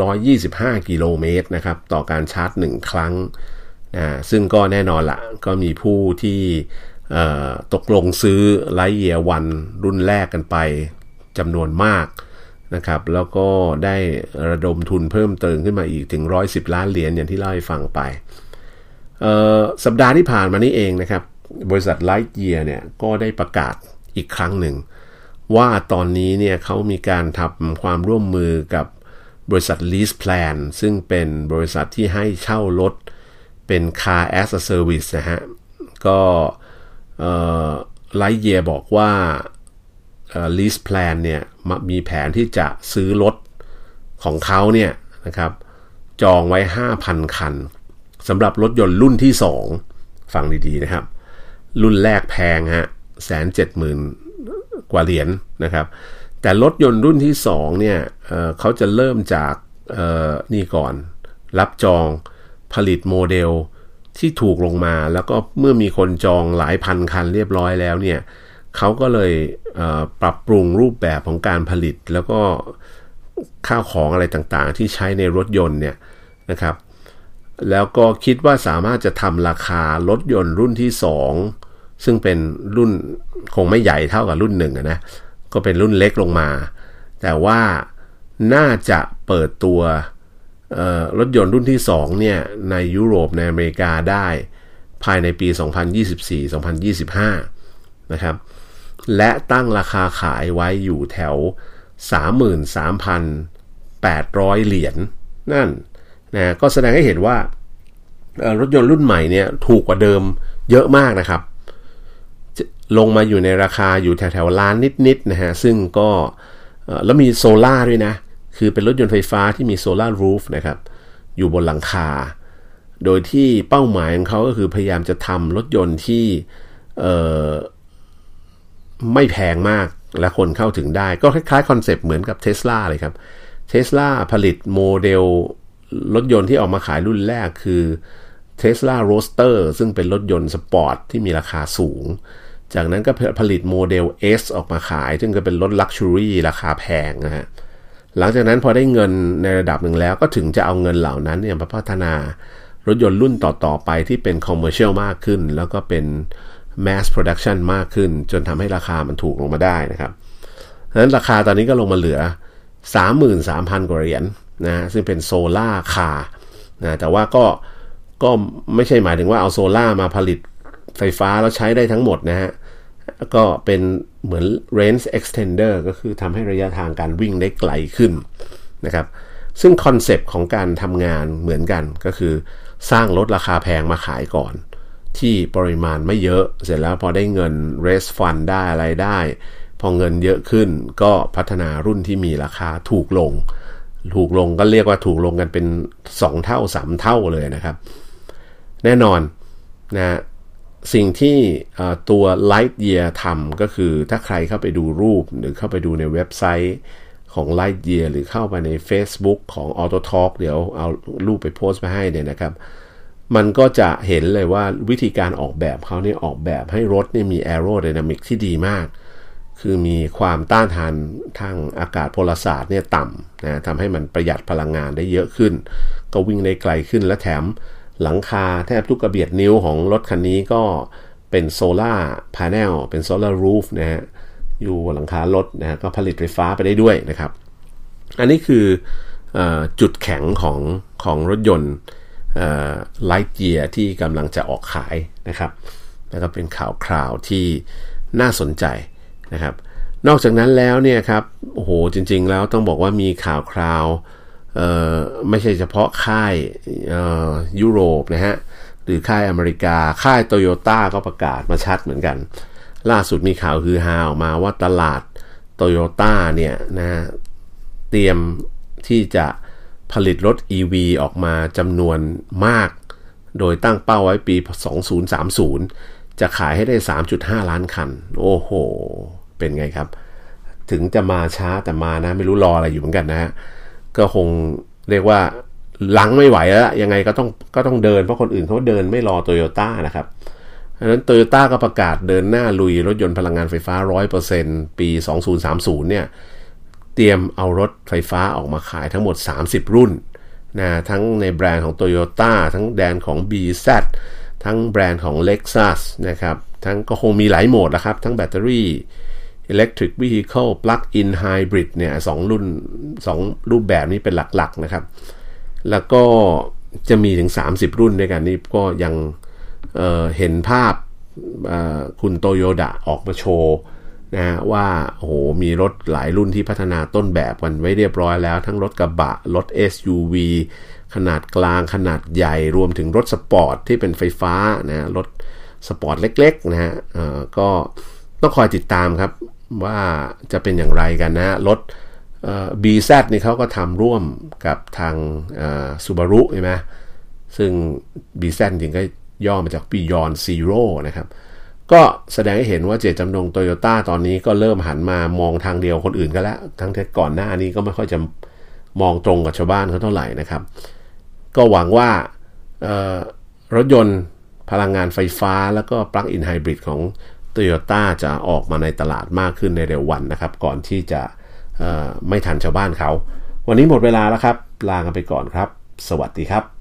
725กิโลเมตรนะครับต่อการชาร์จ1ครั้งซึ่งก็แน่นอนละก็มีผู้ที่ตกลงซื้อ Lightyear 1รุ่นแรกกันไปจำนวนมากนะครับแล้วก็ได้ระดมทุนเพิ่มเติมขึ้นมาอีกถึง110ล้านเหรียญอย่างที่เล่าให้ฟังไปสัปดาห์ที่ผ่านมานี้เองนะครับบริษัท Lightyear เนี่ยก็ได้ประกาศอีกครั้งหนึ่งว่าตอนนี้เนี่ยเขามีการทำความร่วมมือกับบริษัท LeasePlan ซึ่งเป็นบริษัทที่ให้เช่ารถเป็น Car as a Service นะฮะก็Lightyear บอกว่าLeasePlan เนี่ยมีแผนที่จะซื้อรถของเขาเนี่ยนะครับจองไว้ 5,000 คันสำหรับรถยนต์รุ่นที่2ฟังดีๆนะครับรุ่นแรกแพงฮะ 170,000 กว่าเหรียญนะครับแต่รถยนต์รุ่นที่2เนี่ยเขาจะเริ่มจากนี่ก่อนรับจองผลิตโมเดลที่ถูกลงมาแล้วก็เมื่อมีคนจองหลายพันคันเรียบร้อยแล้วเนี่ยเขาก็เลยปรับปรุงรูปแบบของการผลิตแล้วก็ข้าวของอะไรต่างๆที่ใช้ในรถยนต์เนี่ยนะครับแล้วก็คิดว่าสามารถจะทำราคารถยนต์รุ่นที่2ซึ่งเป็นรุ่นคงไม่ใหญ่เท่ากับรุ่น1นะก็เป็นรุ่นเล็กลงมาแต่ว่าน่าจะเปิดตัวรถยนต์รุ่นที่2เนี่ยในยุโรปในอเมริกาได้ภายในปี 2024-2025 นะครับและตั้งราคาขายไว้อยู่แถว 33,800 เหรียญนั่นนะก็แสดงให้เห็นว่ารถยนต์รุ่นใหม่เนี่ยถูกกว่าเดิมเยอะมากนะครับลงมาอยู่ในราคาอยู่แถวๆล้านนิดๆนะฮะซึ่งก็แล้วมีโซล่าด้วยนะคือเป็นรถยนต์ไฟฟ้าที่มีโซล่ารูฟนะครับอยู่บนหลังคาโดยที่เป้าหมายของเขาก็คือพยายามจะทำรถยนต์ที่ไม่แพงมากและคนเข้าถึงได้ก็คล้ายๆคอนเซปต์เหมือนกับ Tesla เลยครับ Tesla ผลิตโมเดลรถยนต์ที่ออกมาขายรุ่นแรกคือ Tesla Roadster ซึ่งเป็นรถยนต์สปอร์ตที่มีราคาสูงจากนั้นก็ผลิตโมเดล S ออกมาขายซึ่งก็เป็นรถ Luxury ราคาแพงนะฮะหลังจากนั้นพอได้เงินในระดับหนึ่งแล้วก็ถึงจะเอาเงินเหล่านั้นเนี่ยมาพัฒนารถยนต์รุ่นต่อๆไปที่เป็น Commercial มากขึ้นแล้วก็เป็นmass production มากขึ้นจนทำให้ราคามันถูกลงมาได้นะครับเพราะฉะนั้นราคาตอนนี้ก็ลงมาเหลือ 33,000 กว่าเหรียญนะซึ่งเป็นโซล่าคาร์นะแต่ว่าก็ไม่ใช่หมายถึงว่าเอาโซล่ามาผลิตไฟฟ้าแล้วใช้ได้ทั้งหมดนะฮะก็เป็นเหมือน range extender ก็คือทำให้ระยะทางการวิ่งได้ไกลขึ้นนะครับซึ่งคอนเซปต์ของการทำงานเหมือนกันก็คือสร้างรถราคาแพงมาขายก่อนที่ปริมาณไม่เยอะเสร็จแล้วพอได้เงิน raise fund ได้อะไรได้พอเงินเยอะขึ้นก็พัฒนารุ่นที่มีราคาถูกลงก็เรียกว่าถูกลงกันเป็น2เท่า3เท่าเลยนะครับแน่นอนนะสิ่งที่ตัว Lightyear ทำก็คือถ้าใครเข้าไปดูรูปหรือเข้าไปดูในเว็บไซต์ของ Lightyear หรือเข้าไปใน Facebook ของ AutoTalk เดี๋ยวเอารูปไปโพสต์ไปให้เนี่ยนะครับมันก็จะเห็นเลยว่าวิธีการออกแบบเขาเนี่ยออกแบบให้รถเนี่ยมี Aerodynamic ที่ดีมากคือมีความต้านทานทางอากาศพลศาสตร์เนี่ยต่ำนะทำให้มันประหยัดพลังงานได้เยอะขึ้นก็วิ่งได้ไกลขึ้นและแถมหลังคาแทบทุกกระเบียดนิ้วของรถคันนี้ก็เป็นโซล่าพาเนลเป็นโซล่ารูฟนะฮะอยู่หลังคารถนะก็ผลิตไฟฟ้าไปได้ด้วยนะครับอันนี้คือจุดแข็งของรถยนต์Lightyear ที่กำลังจะออกขายนะครับแล้วก็เป็นข่าวคราวที่น่าสนใจนะครับนอกจากนั้นแล้วเนี่ยครับโอ้โหจริงๆแล้วต้องบอกว่ามีข่าวคราวไม่ใช่เฉพาะค่ายยุโรปนะฮะหรือค่ายอเมริกาค่ายโตโยต้าก็ประกาศมาชัดเหมือนกันล่าสุดมีข่าวฮือฮาออกมาว่าตลาดโตโยต้าเนี่ยนะเตรียมที่จะผลิตรถ EV ออกมาจำนวนมากโดยตั้งเป้าไว้ปี 2030 จะขายให้ได้ 3.5 ล้านคันโอ้โหเป็นไงครับถึงจะมาช้าแต่มานะไม่รู้รออะไรอยู่เหมือนกันนะฮะก็คงเรียกว่าลังไม่ไหวแล้วยังไงก็ต้องเดินเพราะคนอื่นเขาเดินไม่รอโตโยต้านะครับเพราะฉะนั้นโตโยต้าก็ประกาศเดินหน้าลุยรถยนต์พลังงานไฟฟ้า 100% ปี 2030 เนี่ยเตรียมเอารถไฟฟ้าออกมาขายทั้งหมด30รุ่นนะทั้งในแบรนด์ของ Toyota ทั้งแบรนด์ของ BZ ทั้งแบรนด์ของ Lexus นะครับทั้งก็คงมีหลายโหมดละครับทั้งแบตเตอรี่ Electric Vehicle Plug-in Hybrid เนี่ย2รูปแบบนี้เป็นหลักๆนะครับแล้วก็จะมีถึง30รุ่นด้วยกันนี่ก็ยังเห็นภาพคุณโตโยต้าออกมาโชว์นะว่าโอ้โหมีรถหลายรุ่นที่พัฒนาต้นแบบกันไว้เรียบร้อยแล้วทั้งรถกระบะรถ SUV ขนาดกลางขนาดใหญ่รวมถึงรถสปอร์ตที่เป็นไฟฟ้านะรถสปอร์ตเล็กๆนะฮะก็ต้องคอยติดตามครับว่าจะเป็นอย่างไรกันนะรถBZ นี่เขาก็ทำร่วมกับทางSubaru ใช่ไหมซึ่ง BZ จริงก็ย่อมาจาก Beyond Zero นะครับก็แสดงให้เห็นว่าเจตจำนงโตโยต้าตอนนี้ก็เริ่มหันมามองทางเดียวคนอื่นก็แล้วทั้งที่ก่อนหน้านี้ก็ไม่ค่อยจะมองตรงกับชาวบ้านเขาเท่าไหร่นะครับก็หวังว่ารถยนต์พลังงานไฟฟ้าแล้วก็ Plug-in Hybrid ของ Toyota จะออกมาในตลาดมากขึ้นในเร็ววันนะครับก่อนที่จะไม่ทันชาวบ้านเขาวันนี้หมดเวลาแล้วครับลากันไปก่อนครับสวัสดีครับ